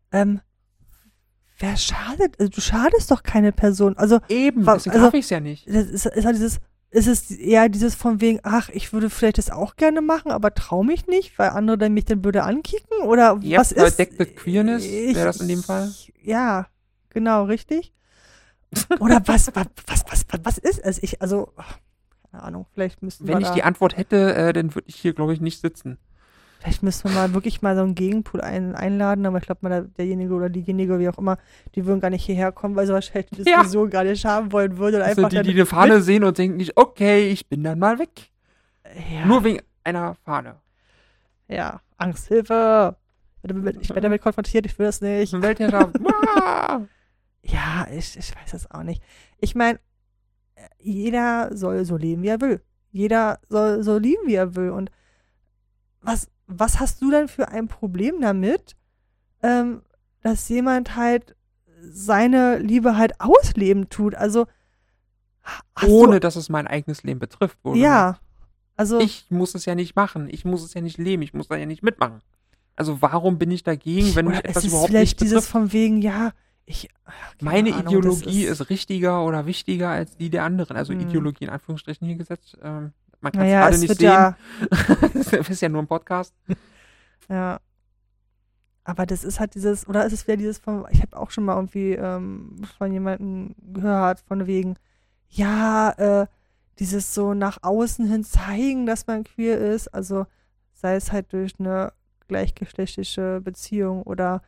wer schadet? Also du schadest doch keine Person. Also Eben, wa- deswegen also- darf ich es ja nicht. das ist halt ist es eher dieses von wegen, ach, ich würde vielleicht das auch gerne machen, aber trau mich nicht, weil andere dann mich dann würde ankicken? Oder Yep, was ist? Detected Queerness wäre das in dem Fall. Ja, genau, richtig. Oder was ist es? Keine Ahnung, vielleicht müssten Wenn wir ich da, die Antwort hätte, dann würde ich hier, glaube ich, nicht sitzen. vielleicht müssen wir mal wirklich mal so einen Gegenpool einladen, aber ich glaube mal, derjenige oder diejenige, wie auch immer, die würden gar nicht hierher kommen, weil sie wahrscheinlich die Ja. Diskussion gar nicht haben wollen würden. Und Also einfach die eine Fahne sehen und denken nicht, okay, ich bin dann mal weg. ja, Nur wegen einer Fahne. ja, Angst, Hilfe. Ich werde damit konfrontiert, ich will das nicht. Weltherrschaft. Ah! Ja, ich weiß das auch nicht. Ich meine, jeder soll so leben, wie er will. Jeder soll so lieben, wie er will. Und was hast du denn für ein Problem damit, dass jemand halt seine Liebe halt ausleben tut? Also hast Ohne, dass es mein eigenes Leben betrifft. du, wohlgemerkt. ja, also Ich muss es ja nicht machen. Ich muss es ja nicht leben. Ich muss da ja nicht mitmachen. Also warum bin ich dagegen, wenn mich oder etwas ist es überhaupt vielleicht nicht dieses betrifft? von wegen, ja, keine Meine Ahnung, Ideologie das ist richtiger oder wichtiger als die der anderen. Also Hm. Ideologie in Anführungsstrichen hier gesetzt. Man kann es naja, gerade es nicht wird sehen. ja, Das ist ja nur ein Podcast. ja. Aber das ist halt dieses, oder ist es wieder dieses von, ich habe auch schon mal irgendwie von jemandem gehört, von wegen, ja, dieses so nach außen hin zeigen, dass man queer ist, also sei es halt durch eine gleichgeschlechtliche Beziehung oder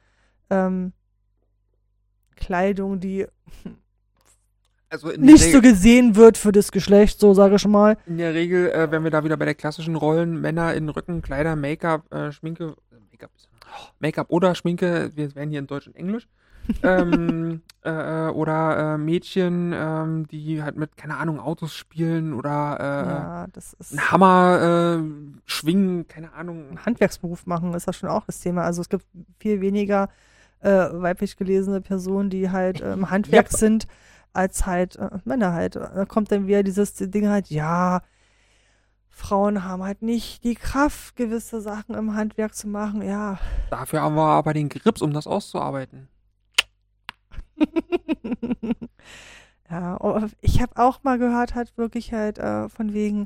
Kleidung, die Also in der nicht Regel, so gesehen wird für das Geschlecht, so sage ich mal. in der Regel wenn wir da wieder bei der klassischen Rollen, Männer in Rücken, Kleider, Make-up, Schminke, Make-up oder Schminke, wir wären hier in Deutsch und Englisch, oder Mädchen, die halt mit, keine Ahnung, Autos spielen oder Ja, das ist einen Hammer schwingen, keine Ahnung. einen Handwerksberuf machen, ist das schon auch das Thema. Also es gibt viel weniger weiblich gelesene Personen, die halt im Handwerk Yep. sind, als halt Männer halt. Da kommt dann wieder dieses Ding halt, ja, Frauen haben halt nicht die Kraft, gewisse Sachen im Handwerk zu machen. Ja. Dafür haben wir aber den Grips, um das auszuarbeiten. Ja, aber ich habe auch mal gehört, halt wirklich halt von wegen,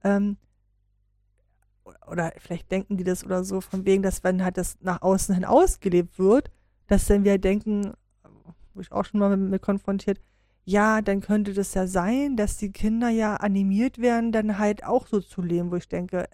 oder vielleicht denken die das oder so, von wegen, dass wenn halt das nach außen hin ausgelebt wird, dass dann wir denken, wo ich auch schon mal mit konfrontiert, ja, dann könnte das ja sein, dass die Kinder ja animiert werden, dann halt auch so zu leben, wo ich denke,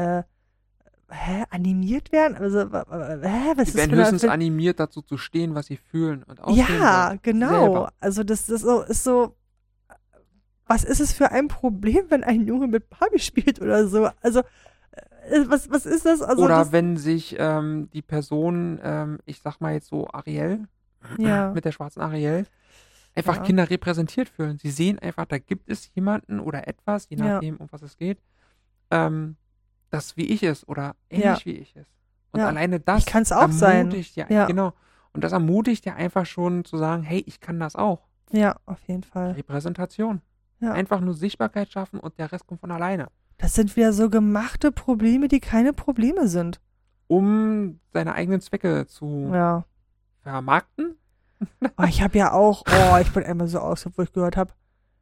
animiert werden? Also, was Die ist werden für eine höchstens animiert, dazu zu stehen, was sie fühlen und aussehen Ja, wollen. genau. Selber. Also das ist so, was ist es für ein Problem, wenn ein Junge mit Barbie spielt oder so? Also, was ist das? Also Oder das, wenn sich die Person, ich sag mal jetzt so Ariel, Ja. mit der schwarzen Ariel, einfach Ja. Kinder repräsentiert fühlen. Sie sehen einfach, da gibt es jemanden oder etwas, je Ja. nachdem, um was es geht, das wie ich ist oder ähnlich Ja. wie ich ist. Und Ja. alleine das Ich kann's auch sein. ermutigt ja, Ja. genau. Und das ermutigt ja einfach schon zu sagen, hey, ich kann das auch. ja, auf jeden Fall. Repräsentation. Ja. Einfach nur Sichtbarkeit schaffen und der Rest kommt von alleine. Das sind wieder so gemachte Probleme, die keine Probleme sind. Um seine eigenen Zwecke zu Ja. vermarkten. Oh, ich habe ja auch, ich bin einmal so aus, wo ich gehört habe,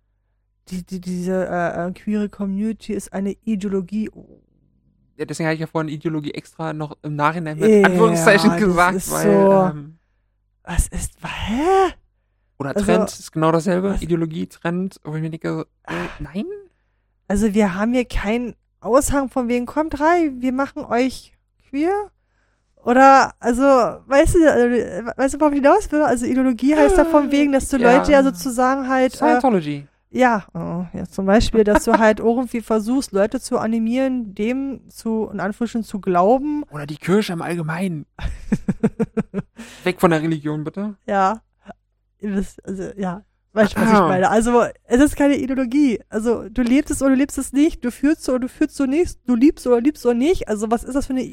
diese queere Community ist eine Ideologie. Ja, deswegen habe ich ja vorhin Ideologie extra noch im Nachhinein mit Ja, Anführungszeichen das gesagt, ist weil so- Was ist, hä? oder also- Trend ist genau dasselbe. was- Ideologie, Trend, wo ich mir denke, nein? Also wir haben hier keinen Aushang von wegen, kommt rein, wir machen euch queer. Oder, also, weißt du, worauf ich hinaus will? Also Ideologie heißt da von wegen, dass du Ja. Leute ja sozusagen halt, Scientology. ja, zum Beispiel, dass du halt irgendwie versuchst, Leute zu animieren, dem in Anführungsstrichen zu glauben. Oder die Kirche im Allgemeinen. Weg von der Religion, bitte. Ja. Also, ja. Weißt du, was ich meine? Also, es ist keine Ideologie. Also, du lebst es oder du lebst es nicht. Du fühlst so oder du fühlst so nicht. Du liebst oder liebst oder nicht. Also, was ist das für eine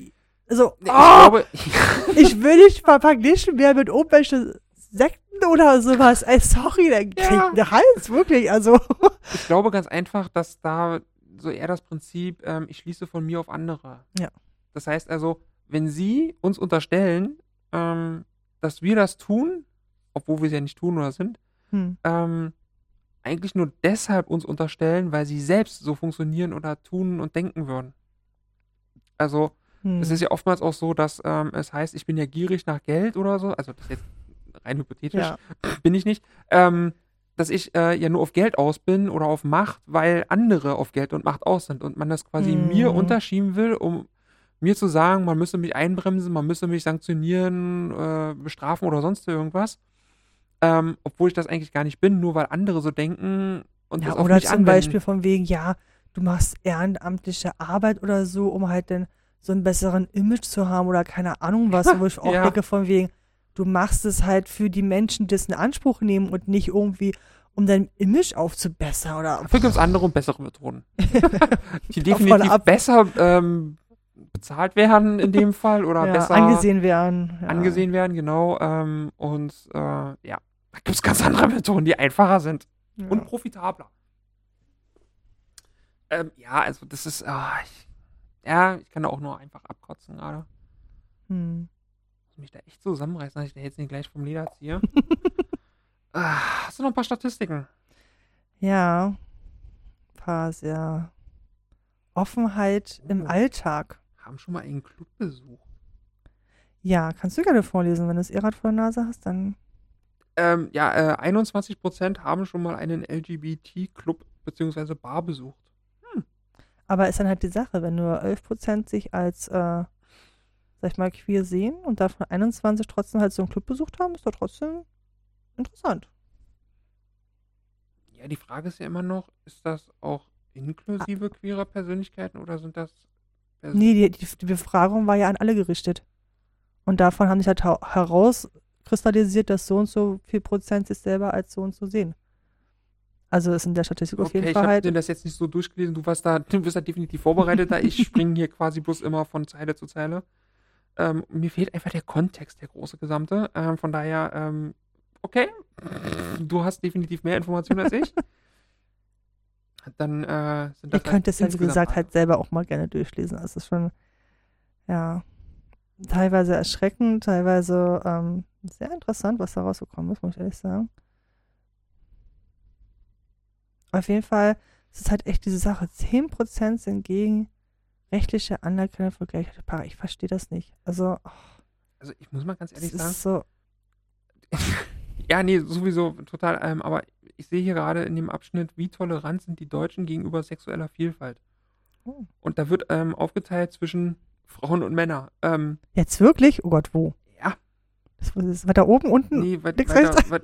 Also, Ich glaube, ich will nicht mal verglichen werden mit irgendwelchen Sekten oder sowas. Ey, sorry, der kriegt einen Hals, wirklich. Also, ich glaube ganz einfach, dass da so eher das Prinzip, ich schließe von mir auf andere. Ja. Das heißt also, wenn sie uns unterstellen, dass wir das tun, obwohl wir es ja nicht tun oder sind, eigentlich nur deshalb uns unterstellen, weil sie selbst so funktionieren oder tun und denken würden. Also, es ist ja oftmals auch so, dass es heißt, ich bin ja gierig nach Geld oder so. Also, das ist jetzt rein hypothetisch, Ja. bin ich nicht. Dass ich ja nur auf Geld aus bin oder auf Macht, weil andere auf Geld und Macht aus sind und man das quasi mir unterschieben will, um mir zu sagen, man müsse mich einbremsen, man müsse mich sanktionieren, bestrafen oder sonst irgendwas. Obwohl ich das eigentlich gar nicht bin, nur weil andere so denken und Ja, das auf oder mich zum anwenden. Beispiel von wegen, ja, du machst ehrenamtliche Arbeit oder so, um halt dann so einen besseren Image zu haben oder keine Ahnung was, wo ich auch Ja. denke von wegen, du machst es halt für die Menschen, die es in Anspruch nehmen und nicht irgendwie, um dein Image aufzubessern oder. Dafür gibt es andere und bessere Methoden. Die Davon definitiv ab. besser bezahlt werden in dem Fall oder Ja, besser angesehen werden. Ja. angesehen werden, genau. Ja, da gibt es ganz andere Methoden, die einfacher sind Ja. und profitabler. Ja, also das ist, ich kann da auch nur einfach abkotzen gerade. Muss mich da echt zusammenreißen, dass ich da jetzt nicht gleich vom Leder ziehe. Hast du noch ein paar Statistiken? Ja, ein paar sehr Offenheit im Alltag. Haben schon mal einen Clubbesuch. Ja, kannst du gerne vorlesen, wenn du das E-Rad vor der Nase hast, dann. 21% haben schon mal einen LGBT-Club bzw. Bar besucht. Aber ist dann halt die Sache, wenn nur 11% sich als, sag ich mal, queer sehen und davon 21 trotzdem halt so einen Club besucht haben, ist doch trotzdem interessant. Ja, die Frage ist ja immer noch, ist das auch inklusive queerer Persönlichkeiten oder sind das Nee, die Befragung war ja an alle gerichtet. Und davon haben sich halt herauskristallisiert, dass so und so viel Prozent sich selber als so und so sehen. Also ist in der Statistik auf jeden ich Fall habe halt. dir das jetzt nicht so durchgelesen, du bist da definitiv vorbereitet, da ich springe hier quasi bloß immer von Zeile zu Zeile. Mir fehlt einfach der Kontext, der große Gesamte. Von daher, okay, du hast definitiv mehr Informationen als ich. Dann sind Ihr das könnt es ja, wie insgesamt gesagt, alle. halt selber auch mal gerne durchlesen. Das ist schon, ja, teilweise erschreckend, teilweise sehr interessant, was da rausgekommen ist, muss ich ehrlich sagen. Auf jeden Fall ist es halt echt diese Sache. 10% sind gegen rechtliche Anerkennung für gleiche Paare. Ich verstehe das nicht. Also, Also ich muss mal ganz das ehrlich sagen, ist so, ja, nee, sowieso total, aber ich sehe hier gerade in dem Abschnitt, wie tolerant sind die Deutschen gegenüber sexueller Vielfalt. Oh. Und da wird aufgeteilt zwischen Frauen und Männer. jetzt wirklich? Oh Gott, wo? Ja, Das ist weiter oben, unten? nee, links, rechts? das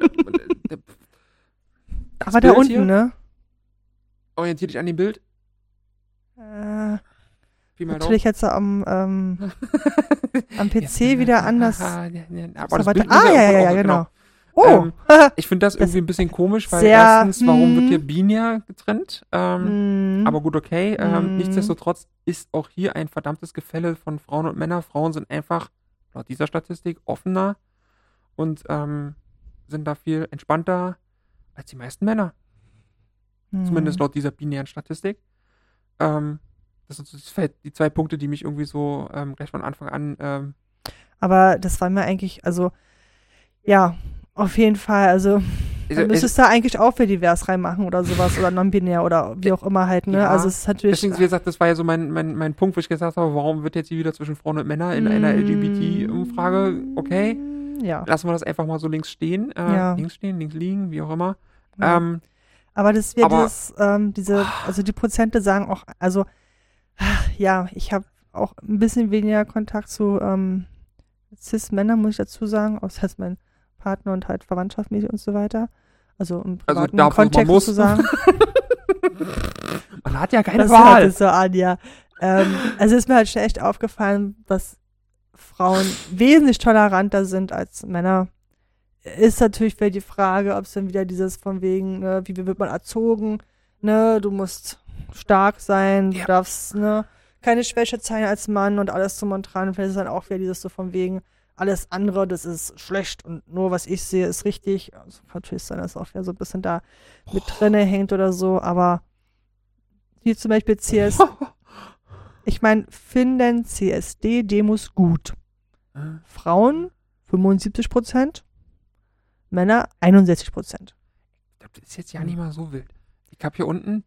Aber da Bild unten, hier, ne? orientier dich an dem Bild. Pi mal Natürlich jetzt am PC wieder anders. Aber So das weiter. Bild muss Ja, auch- genau. Oh! Ich finde das irgendwie ein bisschen komisch, weil sehr, erstens, warum wird hier binär getrennt? Mhm. Aber gut, okay. Mhm. Nichtsdestotrotz ist auch hier ein verdammtes Gefälle von Frauen und Männern. Frauen sind einfach, laut dieser Statistik, offener und sind da viel entspannter als die meisten Männer. Zumindest laut dieser binären Statistik. Das sind so die zwei Punkte, die mich irgendwie so gleich von Anfang an Aber das war mir eigentlich, also, ja, auf jeden Fall, also, dann müsstest du da eigentlich auch für divers reinmachen oder sowas oder non-binär oder wie auch immer halt, ne? Ja, Also, es ist natürlich. Deswegen, wie gesagt, das war ja so mein Punkt, wo ich gesagt habe, warum wird jetzt hier wieder zwischen Frauen und Männern in einer LGBT-Umfrage? Okay, Ja. lassen wir das einfach mal so links stehen. Ja. Links stehen, links liegen, wie auch immer. Ja. Aber das wird aber- also die Prozente sagen auch, also, ja, ich habe auch ein bisschen weniger Kontakt zu Cis-Männern, muss ich dazu sagen, außer als mein Partner und halt verwandtschaftmäßig und so weiter. Also im Also privaten da, wo man Kontext muss. sozusagen. Man hat ja keine Das hört Wahl. sich so an, ja. Also ist mir halt schon echt aufgefallen, dass Frauen wesentlich toleranter sind als Männer. Ist natürlich wieder die Frage, ob es dann wieder dieses von wegen, ne, wie wird man erzogen, ne, du musst stark sein, du Ja. darfst, ne, keine Schwäche zeigen als Mann und alles drum und dran. Vielleicht ist dann auch wieder dieses so von wegen, alles andere, das ist schlecht und nur was ich sehe, ist richtig. Also kann natürlich sein, dass auch wieder so ein bisschen da mit drinne hängt oder so, aber hier zum Beispiel ich meine, finden CSD-Demos gut. Frauen 75%, Männer 61%. Ich glaube, das ist jetzt ja nicht mal so wild. Ich habe hier unten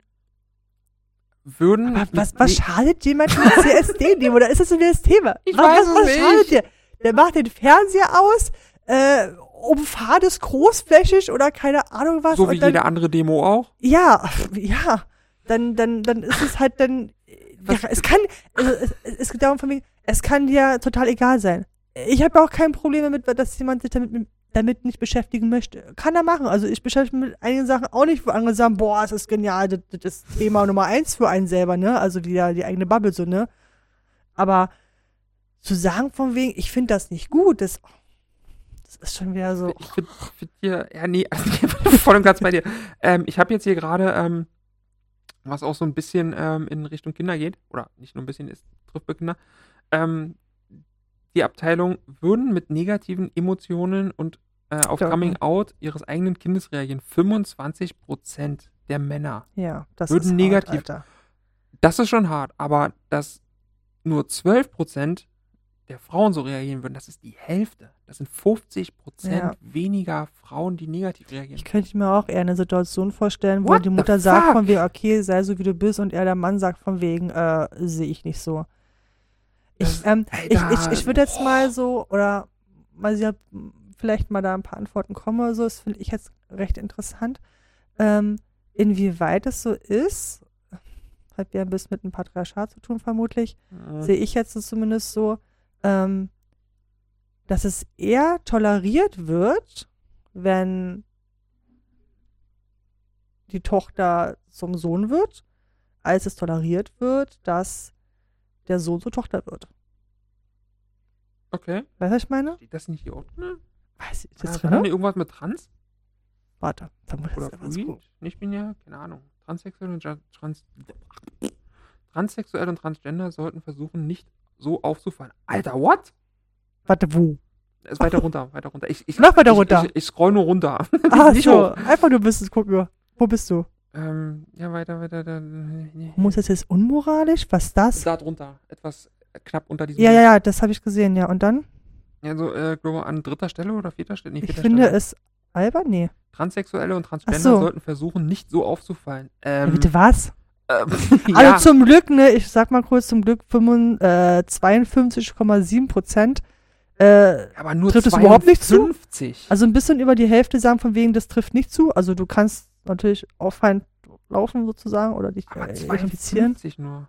Aber was schadet jemand mit CSD-Demo? Oder ist das so wie das Thema? Ich weiß es nicht. Schadet dir? Der macht den Fernseher aus, umfahrt es großflächig oder keine Ahnung was. So wie und dann, jede andere Demo auch? Ja. Dann ist es halt dann. Ja, es geht darum von wegen, es kann dir total egal sein. Ich habe auch kein Problem damit, dass jemand sich damit nicht beschäftigen möchte. Kann er machen. Also ich beschäftige mich mit einigen Sachen auch nicht, wo andere sagen, boah, das ist genial, das ist Thema Nummer 1 für einen selber, ne? Also die eigene Bubble so, ne? Aber zu sagen von wegen, ich finde das nicht gut, das ist schon wieder so. Ich find hier, ja, nee, voll und ganz bei dir. Ich habe jetzt hier gerade, was auch so ein bisschen in Richtung Kinder geht, oder nicht nur ein bisschen, es trifft bei Kinder, die Abteilung würden mit negativen Emotionen und auf Coming Out ihres eigenen Kindes reagieren. 25% der Männer würden ist negativ. Hart, Alter. Das ist schon hart, aber dass nur 12% der Frauen so reagieren würden, das ist die Hälfte. Das sind 50% weniger Frauen, die negativ reagieren. Ich könnte mir auch eher eine Situation vorstellen, wo die Mutter sagt von wegen, okay, sei so wie du bist, und der Mann sagt von wegen, sehe ich nicht so. Ich würde jetzt mal so, oder mal sie vielleicht mal da ein paar Antworten kommen oder so, das finde ich jetzt recht interessant, inwieweit es so ist, hat ja ein bisschen mit dem Patriarchat zu tun vermutlich, sehe ich jetzt zumindest so, dass es eher toleriert wird, wenn die Tochter zum Sohn wird, als es toleriert wird, dass der Sohn zur Tochter wird. Okay. Weißt du, was ich meine? Steht das nicht hier unten? Weiß ich, das War da nicht irgendwas mit Trans? Warte, dann muss Oder Fluid? Ich bin ja, keine Ahnung. Transsexuell und Transgender sollten versuchen, nicht so aufzufallen. Alter, what? Warte, wo? Ist weiter runter. Noch weiter runter? Ich scroll nur runter. Ach nicht so, hoch. einfach nur bis es gucken. Wo bist du? Ja, weiter. Muss das jetzt unmoralisch? Was ist das? Da drunter. Etwas knapp unter diesem. Ja, das habe ich gesehen, ja. Und dann? Ja, so, glaube an 3. Stelle oder 4. Stelle? Nee, 4. Ich finde es albern? Nee. Transsexuelle und Transgender sollten versuchen, nicht so aufzufallen. Bitte was? Ja. Also zum Glück, ne, ich sag mal kurz, zum Glück 52,7%. Aber nur trifft es überhaupt nicht zu? 50. Also ein bisschen über die Hälfte sagen von wegen, das trifft nicht zu. Also du kannst natürlich auffallend laufen sozusagen oder dich identifizieren. 52 nur.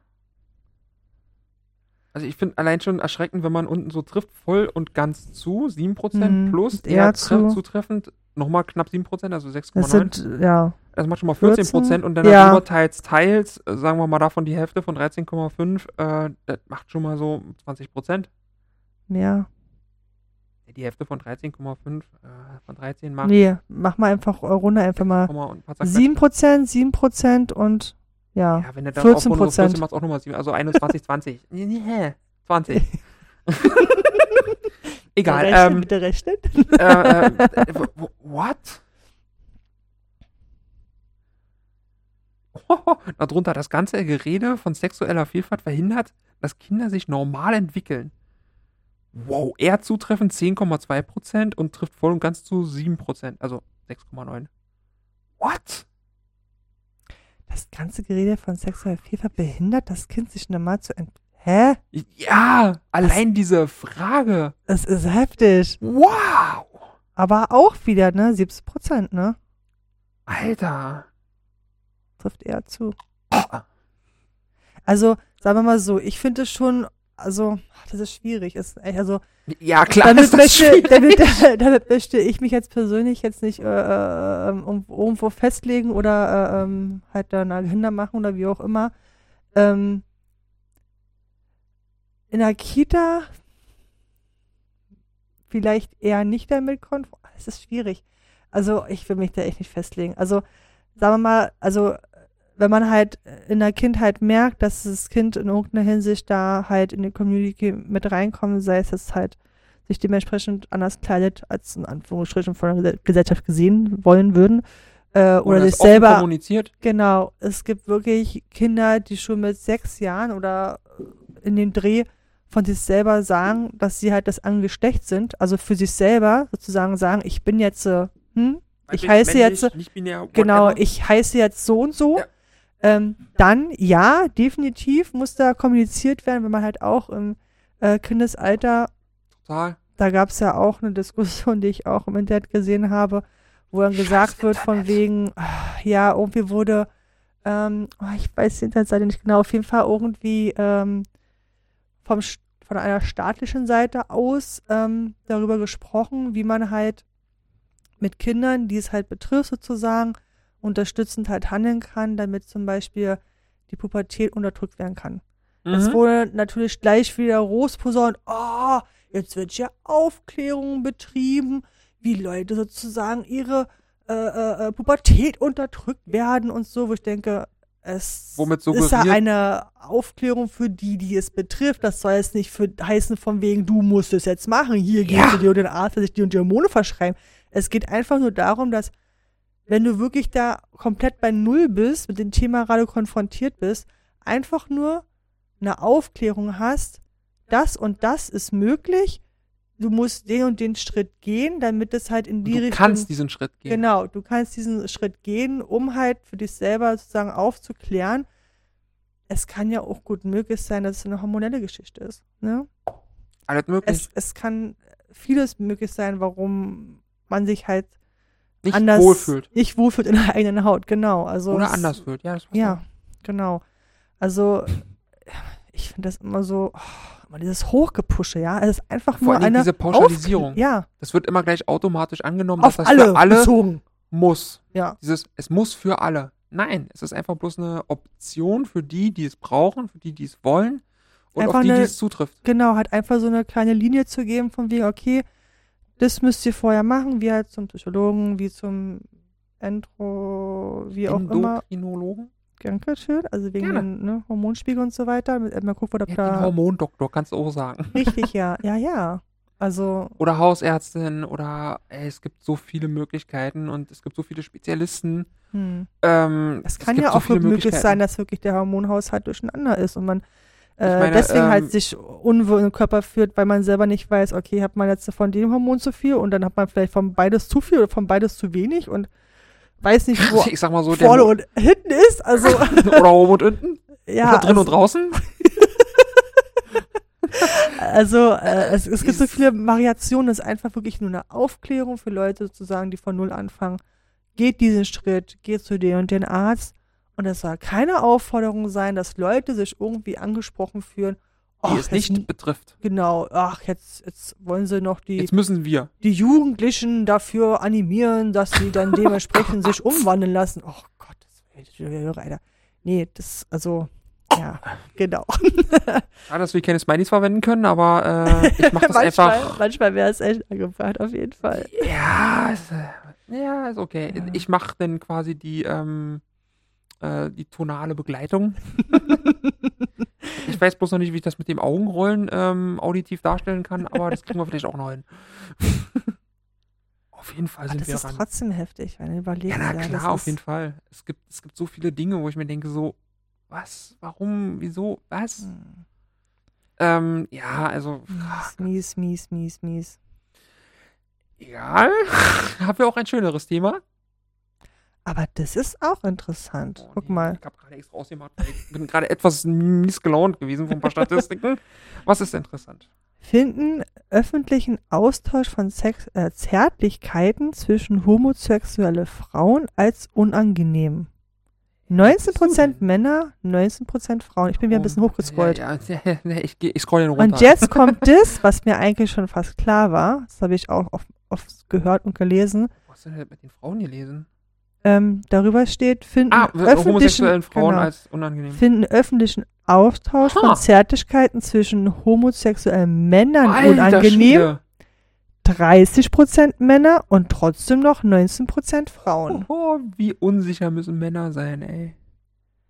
Also ich finde allein schon erschreckend, wenn man unten so trifft, voll und ganz zu, 7% plus, eher zutreffend, nochmal knapp 7%, also 6,9. Das macht schon mal 14% und dann darüber teils, sagen wir mal davon die Hälfte von 13,5, das macht schon mal so 20%. Ja. Die Hälfte von 13,5, von 13 macht. Nee, mach mal einfach runter, einfach mal 7% und ja, wenn der dann 14%. Macht auch nochmal 7, also 21, 20. 20. Egal. Bitte rechnen. What? Darunter das ganze Gerede von sexueller Vielfalt verhindert, dass Kinder sich normal entwickeln. Wow, eher zutreffend 10,2% und trifft voll und ganz zu 7%, also 6,9. What? Das ganze Gerede von sexueller Vielfalt behindert das Kind sich normal zu Hä? Ja, allein diese Frage. Es ist heftig. Wow. Aber auch wieder, ne? 70%, ne? Alter. Trifft eher zu. Also, sagen wir mal so, ich finde es schon, also, das ist schwierig. Ja, klar, damit möchte ich mich jetzt persönlich jetzt nicht irgendwo festlegen oder halt da eine Agenda machen oder wie auch immer. In der Kita vielleicht eher nicht damit konform. Es ist schwierig. Also ich will mich da echt nicht festlegen. Also sagen wir mal, also wenn man halt in der Kindheit merkt, dass das Kind in irgendeiner Hinsicht da halt in die Community mit reinkommt, sei es jetzt halt sich dementsprechend anders kleidet, als in Anführungsstrichen von der Gesellschaft gesehen wollen würden, oder sich selber kommuniziert. Genau, es gibt wirklich Kinder, die schon mit 6 Jahren oder in dem Dreh von sich selber sagen, dass sie halt das andere Geschlecht sind, also für sich selber sozusagen sagen, ich bin jetzt, ich heiße männlich, jetzt, nicht binär, genau, whatever. ich heiße jetzt so und so. Ja. Dann, ja, definitiv muss da kommuniziert werden, wenn man halt auch im Kindesalter, Total. da gab es ja auch eine Diskussion, die ich auch im Internet gesehen habe, wo dann gesagt wird von wegen, ja, irgendwie wurde, ich weiß die Internetseite nicht genau, auf jeden Fall irgendwie von einer staatlichen Seite aus darüber gesprochen, wie man halt mit Kindern, die es halt betrifft sozusagen, unterstützend halt handeln kann, damit zum Beispiel die Pubertät unterdrückt werden kann. Es wurde natürlich gleich wieder großposaunt, jetzt wird ja Aufklärung betrieben, wie Leute sozusagen ihre Pubertät unterdrückt werden und so, wo ich denke, es ist ja eine Aufklärung für die es betrifft. Das soll jetzt nicht heißen von wegen, du musst es jetzt machen, hier gehst du dir und den Arzt, der sich die und die Hormone verschreiben. Es geht einfach nur darum, dass wenn du wirklich da komplett bei Null bist, mit dem Thema gerade konfrontiert bist, einfach nur eine Aufklärung hast, das und das ist möglich, du musst den und den Schritt gehen, damit es halt in die Richtung... Du kannst diesen Schritt gehen. Genau, du kannst diesen Schritt gehen, um halt für dich selber sozusagen aufzuklären. Es kann ja auch gut möglich sein, dass es eine hormonelle Geschichte ist. Ne? Alles möglich. Es kann vieles möglich sein, warum man sich halt nicht wohlfühlt in der eigenen Haut, genau. Also oder anders fühlt, ja. Ja, genau. Also, ich finde das immer so, immer dieses Hochgepusche, ja. Es ist einfach vor nur eine diese Pauschalisierung. Ja. Das wird immer gleich automatisch angenommen, Auf dass das alle für alle bezogen. muss. Ja. Es muss für alle. Nein, es ist einfach bloß eine Option für die es brauchen, für die es wollen und einfach auf die es zutrifft. Genau, halt einfach so eine kleine Linie zu geben von wegen, okay, das müsst ihr vorher machen, wie halt zum Psychologen, wie zum wie auch immer. Endokrinologen? Dankeschön, also wegen den Hormonspiegel und so weiter. Mal gucken, ob da... Den Hormondoktor, kannst du auch sagen. Richtig, ja. Ja. Also... Oder Hausärztin oder es gibt so viele Möglichkeiten und es gibt so viele Spezialisten. Es kann ja auch möglich sein, dass wirklich der Hormonhaushalt durcheinander ist und man deswegen halt sich unwohl im Körper fühlt, weil man selber nicht weiß, okay, hat man jetzt von dem Hormon zu viel und dann hat man vielleicht von beides zu viel oder von beides zu wenig und weiß nicht, wo ich sag mal so, vorne und hinten ist. Also oder oben und unten? Ja, oder drin und draußen? Also es gibt so viele Variationen, es ist einfach wirklich nur eine Aufklärung für Leute sozusagen, die von Null anfangen. Geht diesen Schritt, geht zu dem und den Arzt. Und es soll keine Aufforderung sein, dass Leute sich irgendwie angesprochen fühlen. Die es nicht betrifft. Genau, jetzt wollen sie noch jetzt müssen wir die Jugendlichen dafür animieren, dass sie dann dementsprechend sich umwandeln lassen. Oh Gott, das wäre Alter. Nee, ja, genau. Schade, dass wir keine Smileys verwenden können, aber ich mach das einfach. Manchmal wäre es echt angebracht, auf jeden Fall. Ja, ist okay. Ja. Ich mache dann quasi die tonale Begleitung. Ich weiß bloß noch nicht, wie ich das mit dem Augenrollen auditiv darstellen kann, aber das kriegen wir vielleicht auch noch hin. Auf jeden Fall sind wir ran. Das ist trotzdem heftig, wenn du überlegst. Ja, na klar, auf jeden Fall. Es gibt so viele Dinge, wo ich mir denke so, was, warum, wieso, was? Ja, also. Mies. Egal. Haben wir auch ein schöneres Thema. Aber das ist auch interessant. Guck mal. Ich habe gerade extra ausgemacht, weil ich bin gerade etwas mies gelaunt gewesen von ein paar Statistiken. Was ist interessant? Finden öffentlichen Austausch von Zärtlichkeiten zwischen homosexuelle Frauen als unangenehm. 19% Männer, 19% Frauen. Ich bin wieder ein bisschen hochgescrollt. Ja, ich scroll den runter. Und jetzt kommt das, was mir eigentlich schon fast klar war. Das habe ich auch oft gehört und gelesen. Was hast du denn mit den Frauen gelesen? Darüber steht, homosexuellen Frauen als unangenehm. Finden öffentlichen Austausch von Zärtlichkeiten zwischen homosexuellen Männern unangenehm. 30% Männer und trotzdem noch 19% Frauen. Wie unsicher müssen Männer sein, ey.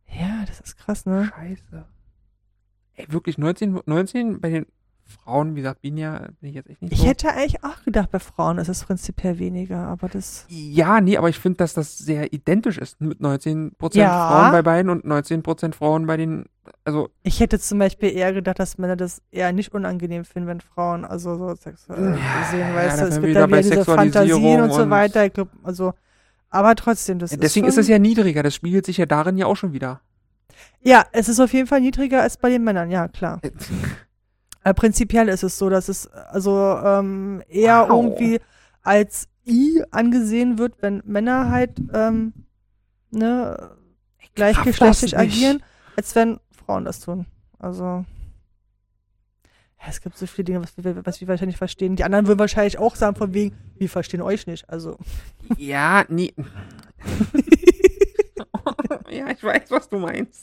Ja, das ist krass, ne? Scheiße. Ey, wirklich, 19 bei den Frauen, wie gesagt, bin ich jetzt echt nicht Ich so. hätte eigentlich auch gedacht, bei Frauen ist es prinzipiell weniger, aber das. Ja, nee, aber ich finde, dass das sehr identisch ist mit 19% Ja. Frauen bei beiden und 19% Frauen bei den, also, Ich hätte zum Beispiel eher gedacht, dass Männer das eher nicht unangenehm finden, wenn Frauen also so sexuell sehen, weißt du, da es sind gibt wir dann wieder bei wieder diese Sexualisierung Fantasien und so und- weiter. Ich glaub, also, aber trotzdem, das deswegen ist ist schon, es ja niedriger, das spiegelt sich ja darin ja auch schon wieder. ja, es ist auf jeden Fall niedriger als bei den Männern, ja, klar. Prinzipiell ist es so, dass es also eher Wow. irgendwie als I angesehen wird, wenn Männer halt ne, gleichgeschlechtlich das nicht. agieren, als wenn Frauen das tun. Also ja, es gibt so viele Dinge, was wir wahrscheinlich verstehen. Die anderen würden wahrscheinlich auch sagen von wegen, wir verstehen euch nicht. Also Ja, nee. Ja, ich weiß, was du meinst.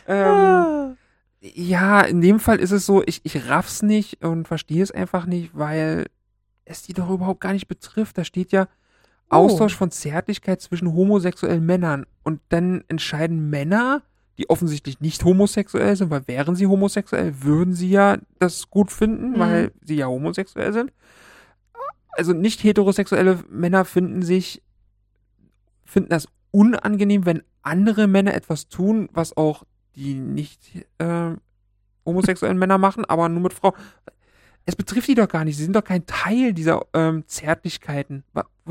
Ja, in dem Fall ist es so, ich raff's nicht und verstehe es einfach nicht, weil es die doch überhaupt gar nicht betrifft. Da steht ja Austausch von Zärtlichkeit zwischen homosexuellen Männern. Und dann entscheiden Männer, die offensichtlich nicht homosexuell sind, weil wären sie homosexuell, würden sie ja das gut finden, weil sie ja homosexuell sind. Also nicht heterosexuelle Männer finden das unangenehm, wenn andere Männer etwas tun, was auch die nicht homosexuellen Männer machen, aber nur mit Frauen. Es betrifft die doch gar nicht. Sie sind doch kein Teil dieser Zärtlichkeiten.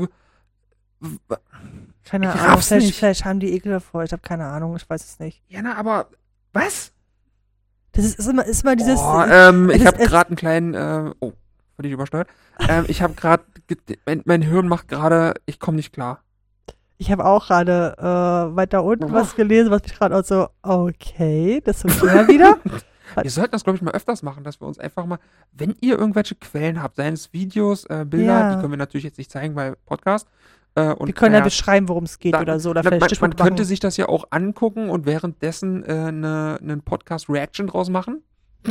keine Ich Ahnung, raff's nicht. vielleicht haben die Ekel davor. Ich habe keine Ahnung, ich weiß es nicht. Ja, na, aber was? Das ist immer dieses. Ich es- habe es- gerade einen kleinen, wurde ich übersteuert? Ich habe gerade, mein Hirn macht gerade, ich komme nicht klar. Ich habe auch gerade weiter unten was gelesen, was mich gerade auch so, okay, das sind wir wieder. Wir sollten das, glaube ich, mal öfters machen, dass wir uns einfach mal, wenn ihr irgendwelche Quellen habt, seien es Videos, Bilder, Ja. die können wir natürlich jetzt nicht zeigen, weil Podcast. Und Wir können ja naja, beschreiben, worum es geht oder so. Oder vielleicht man Stichwort könnte machen. sich das ja auch angucken und währenddessen einen Podcast-Reaction draus machen.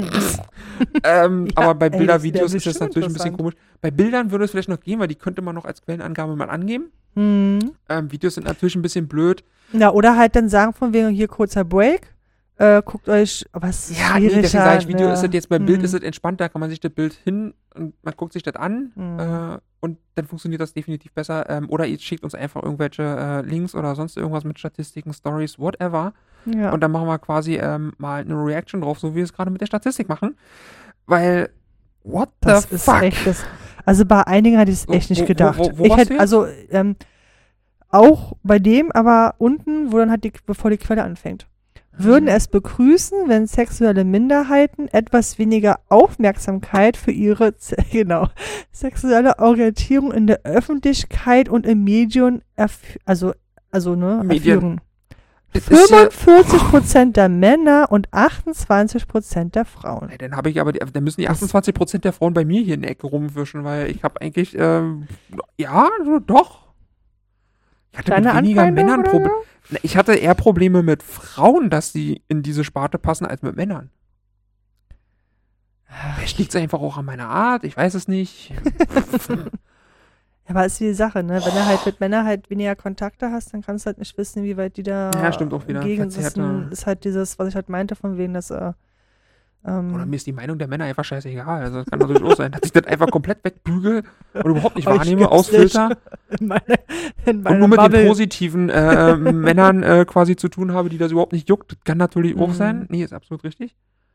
Aber bei ey, das Bildervideos wär ist das bestimmt natürlich ein bisschen interessant. komisch. Bei Bildern würde es vielleicht noch gehen, weil die könnte man noch als Quellenangabe mal angeben. Videos sind natürlich ein bisschen blöd. Ja, oder halt dann sagen von wegen hier kurzer Break. Guckt euch, aber es ist Ja, nee, schwierig. deswegen sage ich, Video ist das jetzt beim Bild Hm. ist es entspannt, da kann man sich das Bild hin und man guckt sich das an und dann funktioniert das definitiv besser. Oder ihr schickt uns einfach irgendwelche Links oder sonst irgendwas mit Statistiken, Stories, whatever. Ja. Und dann machen wir quasi mal eine Reaction drauf, so wie wir es gerade mit der Statistik machen. Weil, what Das the ist fuck? echt das. Also bei einigen hatte ich es echt nicht gedacht. Wo Ich warst hätte, du jetzt? also auch bei dem, aber unten, wo dann halt bevor die Quelle anfängt. Würden es begrüßen, wenn sexuelle Minderheiten etwas weniger Aufmerksamkeit für ihre sexuelle Orientierung in der Öffentlichkeit und im Medien Medien. erführen. Das ist ja- 45% der Männer und 28% der Frauen. Ey, dann habe ich aber, dann müssen die 28% der Frauen bei mir hier in der Ecke rumwischen, weil ich habe eigentlich, ja, doch. Ich hatte Deine mit weniger Anfeindung Männern oder Probleme. Ich hatte eher Probleme mit Frauen, dass die in diese Sparte passen, als mit Männern. Vielleicht liegt es einfach auch an meiner Art, ich weiß es nicht. Ja, aber ist die Sache, ne? Wenn du halt mit Männern halt weniger Kontakte hast, dann kannst du halt nicht wissen, wie weit die da Ja, stimmt auch wieder. entgegen sind. Verzerrte- Ist halt dieses, was ich halt meinte, von wegen, dass Oder mir ist die Meinung der Männer einfach scheißegal. Also das kann natürlich auch sein, dass ich das einfach komplett wegbügel und überhaupt nicht Aber ich wahrnehme, gibt's ausfilter in meiner und nur mit Bubble. den positiven Männern quasi zu tun habe, die das überhaupt nicht juckt. Das kann natürlich auch Mhm. sein. Nee, ist absolut richtig.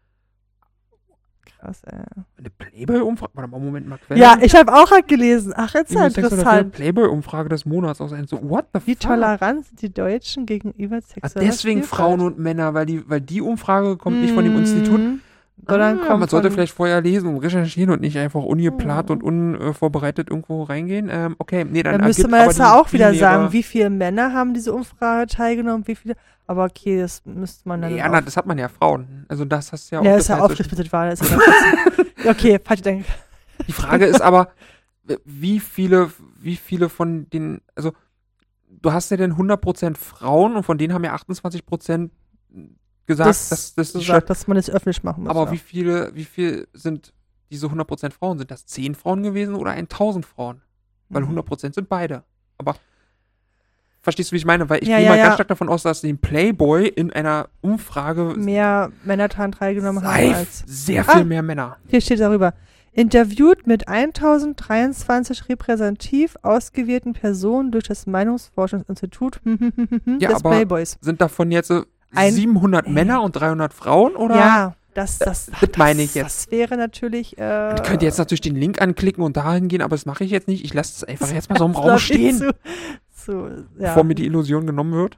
Krass, Eine Playboy-Umfrage. Warte mal, Moment mal. Quelle. Ja, ich habe auch halt gelesen. Ach, jetzt ist ja Sexuelle interessant. Playboy-Umfrage des Monats aus ein. So, what the Wie fuck? tolerant sind die Deutschen gegenüber sexueller Deswegen Vielfalt? Frauen und Männer, weil die Umfrage kommt nicht von dem Institut. Sondern kommt man sollte von- vielleicht vorher lesen und recherchieren und nicht einfach ungeplant Mhm. und unvorbereitet irgendwo reingehen. Okay, nee, dann Dann müsste ergibt man aber jetzt die ja auch wieder binäre- sagen, wie viele Männer haben diese Umfrage teilgenommen, wie viele. Aber okay, das müsste man dann. Ja, na, das hat man ja Frauen. Also das hast du ja auch. Ja, ist ja geteilt zwischen- aufgesplittet war. Ist ja trotzdem- okay, falsch denke. Die Frage ist aber, wie viele von den, also du hast ja denn 100% Frauen und von denen haben ja 28% gesagt, dass das sagt, dass man das öffentlich machen muss. aber ja. wie viel sind diese 100% Frauen? Sind das 10 Frauen gewesen oder 1000 Frauen? Weil 100% sind beide. Aber verstehst du, wie ich meine? Weil ich Ja, gehe ja, mal ja. ganz stark davon aus, dass den Playboy in einer Umfrage Mehr Männer daran teilgenommen haben als. sehr viel mehr Männer. Hier steht darüber. Interviewt mit 1023 repräsentativ ausgewählten Personen durch das Meinungsforschungsinstitut Ja, des aber Playboys. sind davon jetzt Ein- 700 Männer und 300 Frauen? Oder? Ja, das meine ich jetzt. Das wäre natürlich. Ich könnte jetzt natürlich den Link anklicken und dahin gehen, aber das mache ich jetzt nicht. Ich lasse es einfach jetzt mal so im Raum glaub ich, stehen, bevor mir die Illusion genommen wird.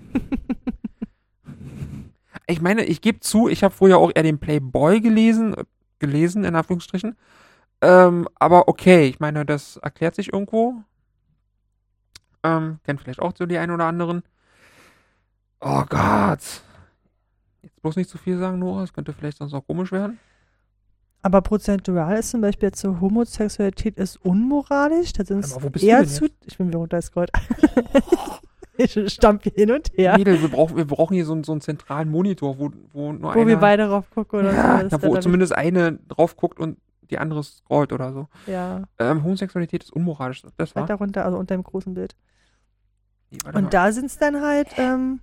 Ich meine, ich gebe zu, ich habe früher auch eher den Playboy gelesen, in Anführungsstrichen. Aber okay, ich meine, das erklärt sich irgendwo. Kennt vielleicht auch so die einen oder anderen. Oh Gott. Jetzt bloß nicht zu viel sagen, Nora, das könnte vielleicht sonst auch komisch werden. Aber prozentual ist zum Beispiel jetzt so, Homosexualität ist unmoralisch. Da sind es Aber wo bist eher du denn zu. Ich bin wieder runtergescrollt. Ich stampfe hier hin und her. Mädel, wir brauchen hier so einen zentralen Monitor, wo nur Wo einer... wir beide drauf gucken oder ja, so. Das na, wär wo dann- zumindest eine drauf guckt und die andere scrollt oder so. Ja, Homosexualität ist unmoralisch. Das war... weiter runter, also unter dem großen Bild. Nee, warte mal. Und da sind es dann halt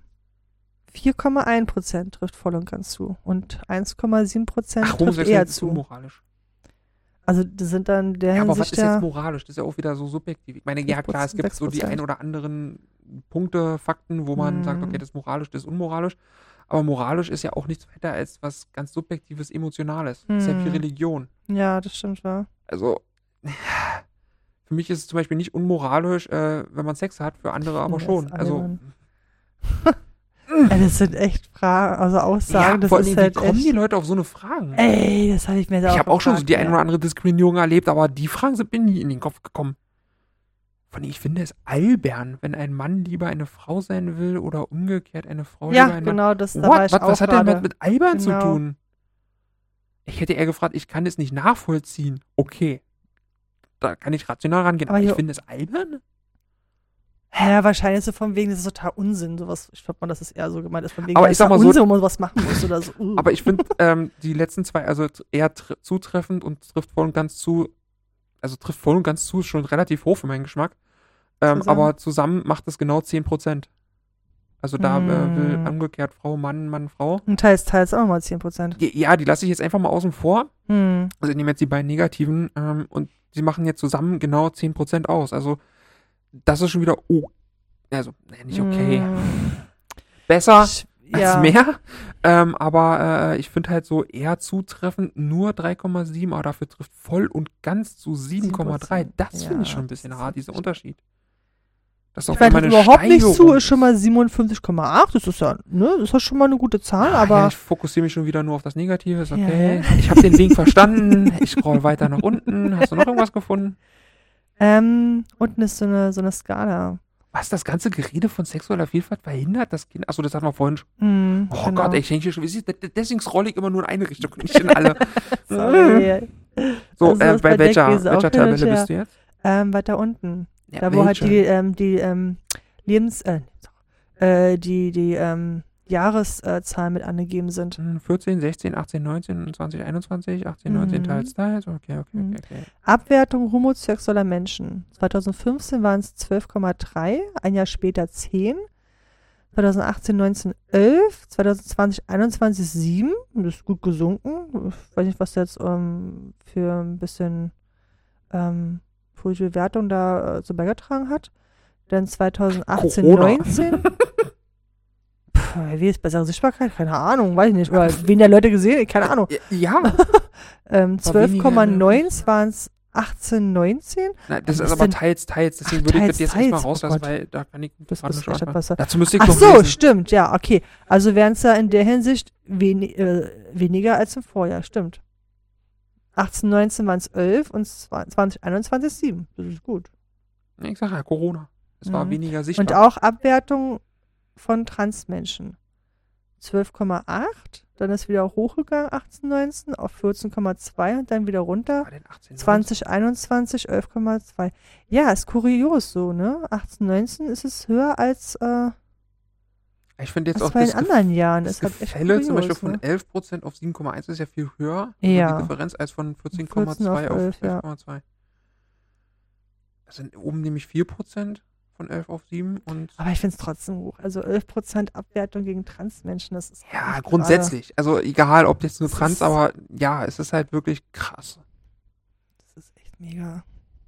4,1% trifft voll und ganz zu. Und 1,7% Ach, trifft Homosexualität eher ist zu. unmoralisch. Also das sind dann der Ja, aber was Hinsicht ist jetzt moralisch? Das ist ja auch wieder so subjektiv. Ich meine, ja 5%, klar, es gibt so die 6%. ein oder anderen Punkte, Fakten, wo man sagt, okay, das ist moralisch, das ist unmoralisch. Aber moralisch ist ja auch nichts weiter als was ganz Subjektives, Emotionales. Das ist ja wie Religion. Ja, das stimmt, ja. Also, für mich ist es zum Beispiel nicht unmoralisch, wenn man Sex hat, für andere aber Das schon. ist Also, albern. Das sind echt Fragen, also Aussagen, ja, das vor allem, ist wie halt kommen die echt, Leute auf so eine Fragen? ey, das habe ich mir da Ich habe auch schon so gefragt, die ein ja. oder andere Diskriminierung erlebt, aber die Fragen sind mir nie in den Kopf gekommen. Vor allem, ich finde es albern, wenn ein Mann lieber eine Frau sein will oder umgekehrt eine Frau lieber Ja, ein Mann. genau, da war ich Was auch hat denn gerade. mit albern zu Genau. tun? Ich hätte eher gefragt, ich kann es nicht nachvollziehen. Okay, da kann ich rational rangehen, Aber aber ich hier- finde es albern? Ja, wahrscheinlich so von wegen, das ist total Unsinn, sowas. Ich glaube mal, das ist eher so gemeint, dass von wegen, Aber das ich ist sag mal so- Unsinn, wo man was machen muss oder so. Aber ich finde die letzten zwei, also eher zutreffend und trifft voll und ganz zu, ist schon relativ hoch für meinen Geschmack. Zusammen? Aber zusammen macht es genau 10%. Also da will Hm. umgekehrt Frau, Mann, Mann, Frau. Und teils auch nochmal 10%. Ja, die lasse ich jetzt einfach mal außen vor. Hm. Also ich nehme jetzt die beiden negativen und sie machen jetzt zusammen genau 10% aus. Also das ist schon wieder, nicht okay. Hm. Besser als Ja. mehr. Aber ich finde halt so eher zutreffend nur 3,7, aber dafür trifft voll und ganz zu 7,3. Das Ja, finde ich schon ein das bisschen ist hart, dieser wirklich- Unterschied. Das ist Ich auch meine, immer eine überhaupt nicht zu, Steigerung. ist schon mal 57,8. Das ist ja, ne, das ist schon mal eine gute Zahl, Ja, aber ich fokussiere mich schon wieder nur auf das Negative. Ist okay. Ich habe den Weg verstanden. Ich scroll weiter nach unten. Hast du noch irgendwas gefunden? unten ist so eine Skala. Was das ganze Gerede von sexueller Vielfalt verhindert, das Kind. Achso, das hatten wir vorhin schon. Hm, Oh genau. Gott, ey, ich denke schon, deswegen scrolle ich immer nur in eine Richtung, nicht in alle. Sorry. So, Also das bei bei welcher Deckwesen auch hin und Tabelle her. bist du jetzt? Weiter unten. Ja, Da wo halt welche? die Jahreszahlen mit angegeben sind. 14, 16, 18, 19, 20, 21, 18, 19, teils. Okay. Abwertung homosexueller Menschen. 2015 waren es 12,3, ein Jahr später 10. 2018, 19, 11. 2020, 21, 7. Das ist gut gesunken. Ich weiß nicht, was jetzt für ein bisschen positive Bewertung da so beigetragen hat. Dann 2018, Corona. 19. Wie ist bessere Sichtbarkeit? Keine Ahnung, weiß ich nicht. Oder wen der Leute gesehen? Keine Ahnung. Ja. 12,9 waren es 18, 19. Nein, das ist Das aber sind- teils. Deswegen würde ich das jetzt erstmal teils. Oh rauslassen, Gott. weil da kann ich Das gerade ist nicht echt anfangen. etwas. Dazu müsste ich Ach noch so, lesen. stimmt, ja, okay. Also wären es da in der Hinsicht weniger als im Vorjahr, stimmt. 18, 19 waren es 11 und 20, 21 7. Das ist gut. Ich sage ja, Corona. Es war Mhm. weniger sichtbar. Und auch Abwertung von Transmenschen. 12,8, dann ist wieder hochgegangen, 18, 19 auf 14,2 und dann wieder runter. War denn 18, 2021 11,2. Ja, ist kurios so, ne? 18, 19 ist es höher als Ich finde jetzt das auch war in das anderen Jahren. Das Ist halt echt Gefälle zum Beispiel kurios, von ne? 11% auf 7,1 ist ja viel höher. Ja. Also die Differenz als von 14 14,2 auf auf 11, ja. 11,2. Das sind oben nämlich 4%. von 11 auf 7. Aber ich finde es trotzdem hoch. Also 11% Abwertung gegen Transmenschen, das ist ja, echt grundsätzlich. Also egal, ob jetzt nur Das Trans, ist- aber ja, es ist halt wirklich krass. Das ist echt mega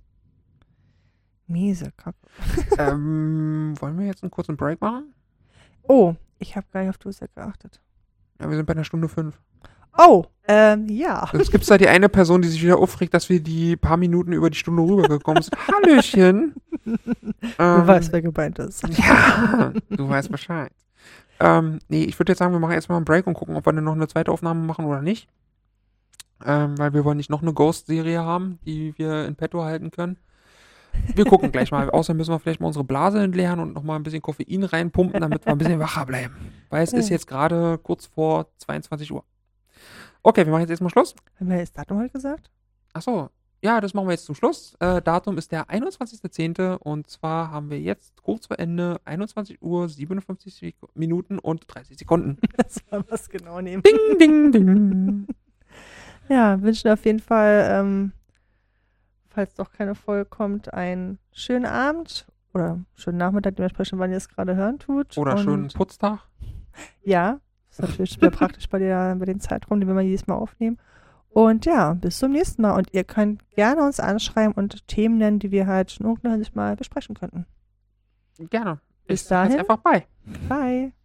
miese Kacke. Wollen wir jetzt einen kurzen Break machen? Oh, ich habe gar nicht auf die Uhrzeit geachtet. Ja, wir sind bei einer Stunde 5. Oh, ja. Jetzt gibt es da die eine Person, die sich wieder aufregt, dass wir die paar Minuten über die Stunde rübergekommen sind. Hallöchen! Du weißt, wer gemeint ist. Ja, du weißt Bescheid. Nee, ich würde jetzt sagen, wir machen erstmal einen Break und gucken, ob wir dann noch eine zweite Aufnahme machen oder nicht. Weil wir wollen nicht noch eine Ghost-Serie haben, die wir in petto halten können. Wir gucken gleich mal. Außerdem müssen wir vielleicht mal unsere Blase entleeren und nochmal ein bisschen Koffein reinpumpen, damit wir ein bisschen wacher bleiben. Weil es ist jetzt gerade kurz vor 22 Uhr. Okay, wir machen jetzt erstmal Schluss. Haben wir das Datum heute gesagt? Achso, ja, das machen wir jetzt zum Schluss. Datum ist der 21.10. und zwar haben wir jetzt kurz vor Ende 21 Uhr 57 Minuten und 30 Sekunden. Das wollen wir es genau nehmen. Ding, ding, ding. Ja, wünschen auf jeden Fall, falls doch keine Folge kommt, einen schönen Abend oder schönen Nachmittag, dementsprechend, wann ihr es gerade hören tut. Oder Und schönen Putztag. Ja, ist natürlich sehr praktisch bei den Zeitraum, den wir mal jedes Mal aufnehmen. Und ja, bis zum nächsten Mal. Und ihr könnt gerne uns anschreiben und Themen nennen, die wir halt in irgendeiner Hinsicht mal besprechen könnten. Gerne. Bis Ich sag's dahin. einfach bei. Bye.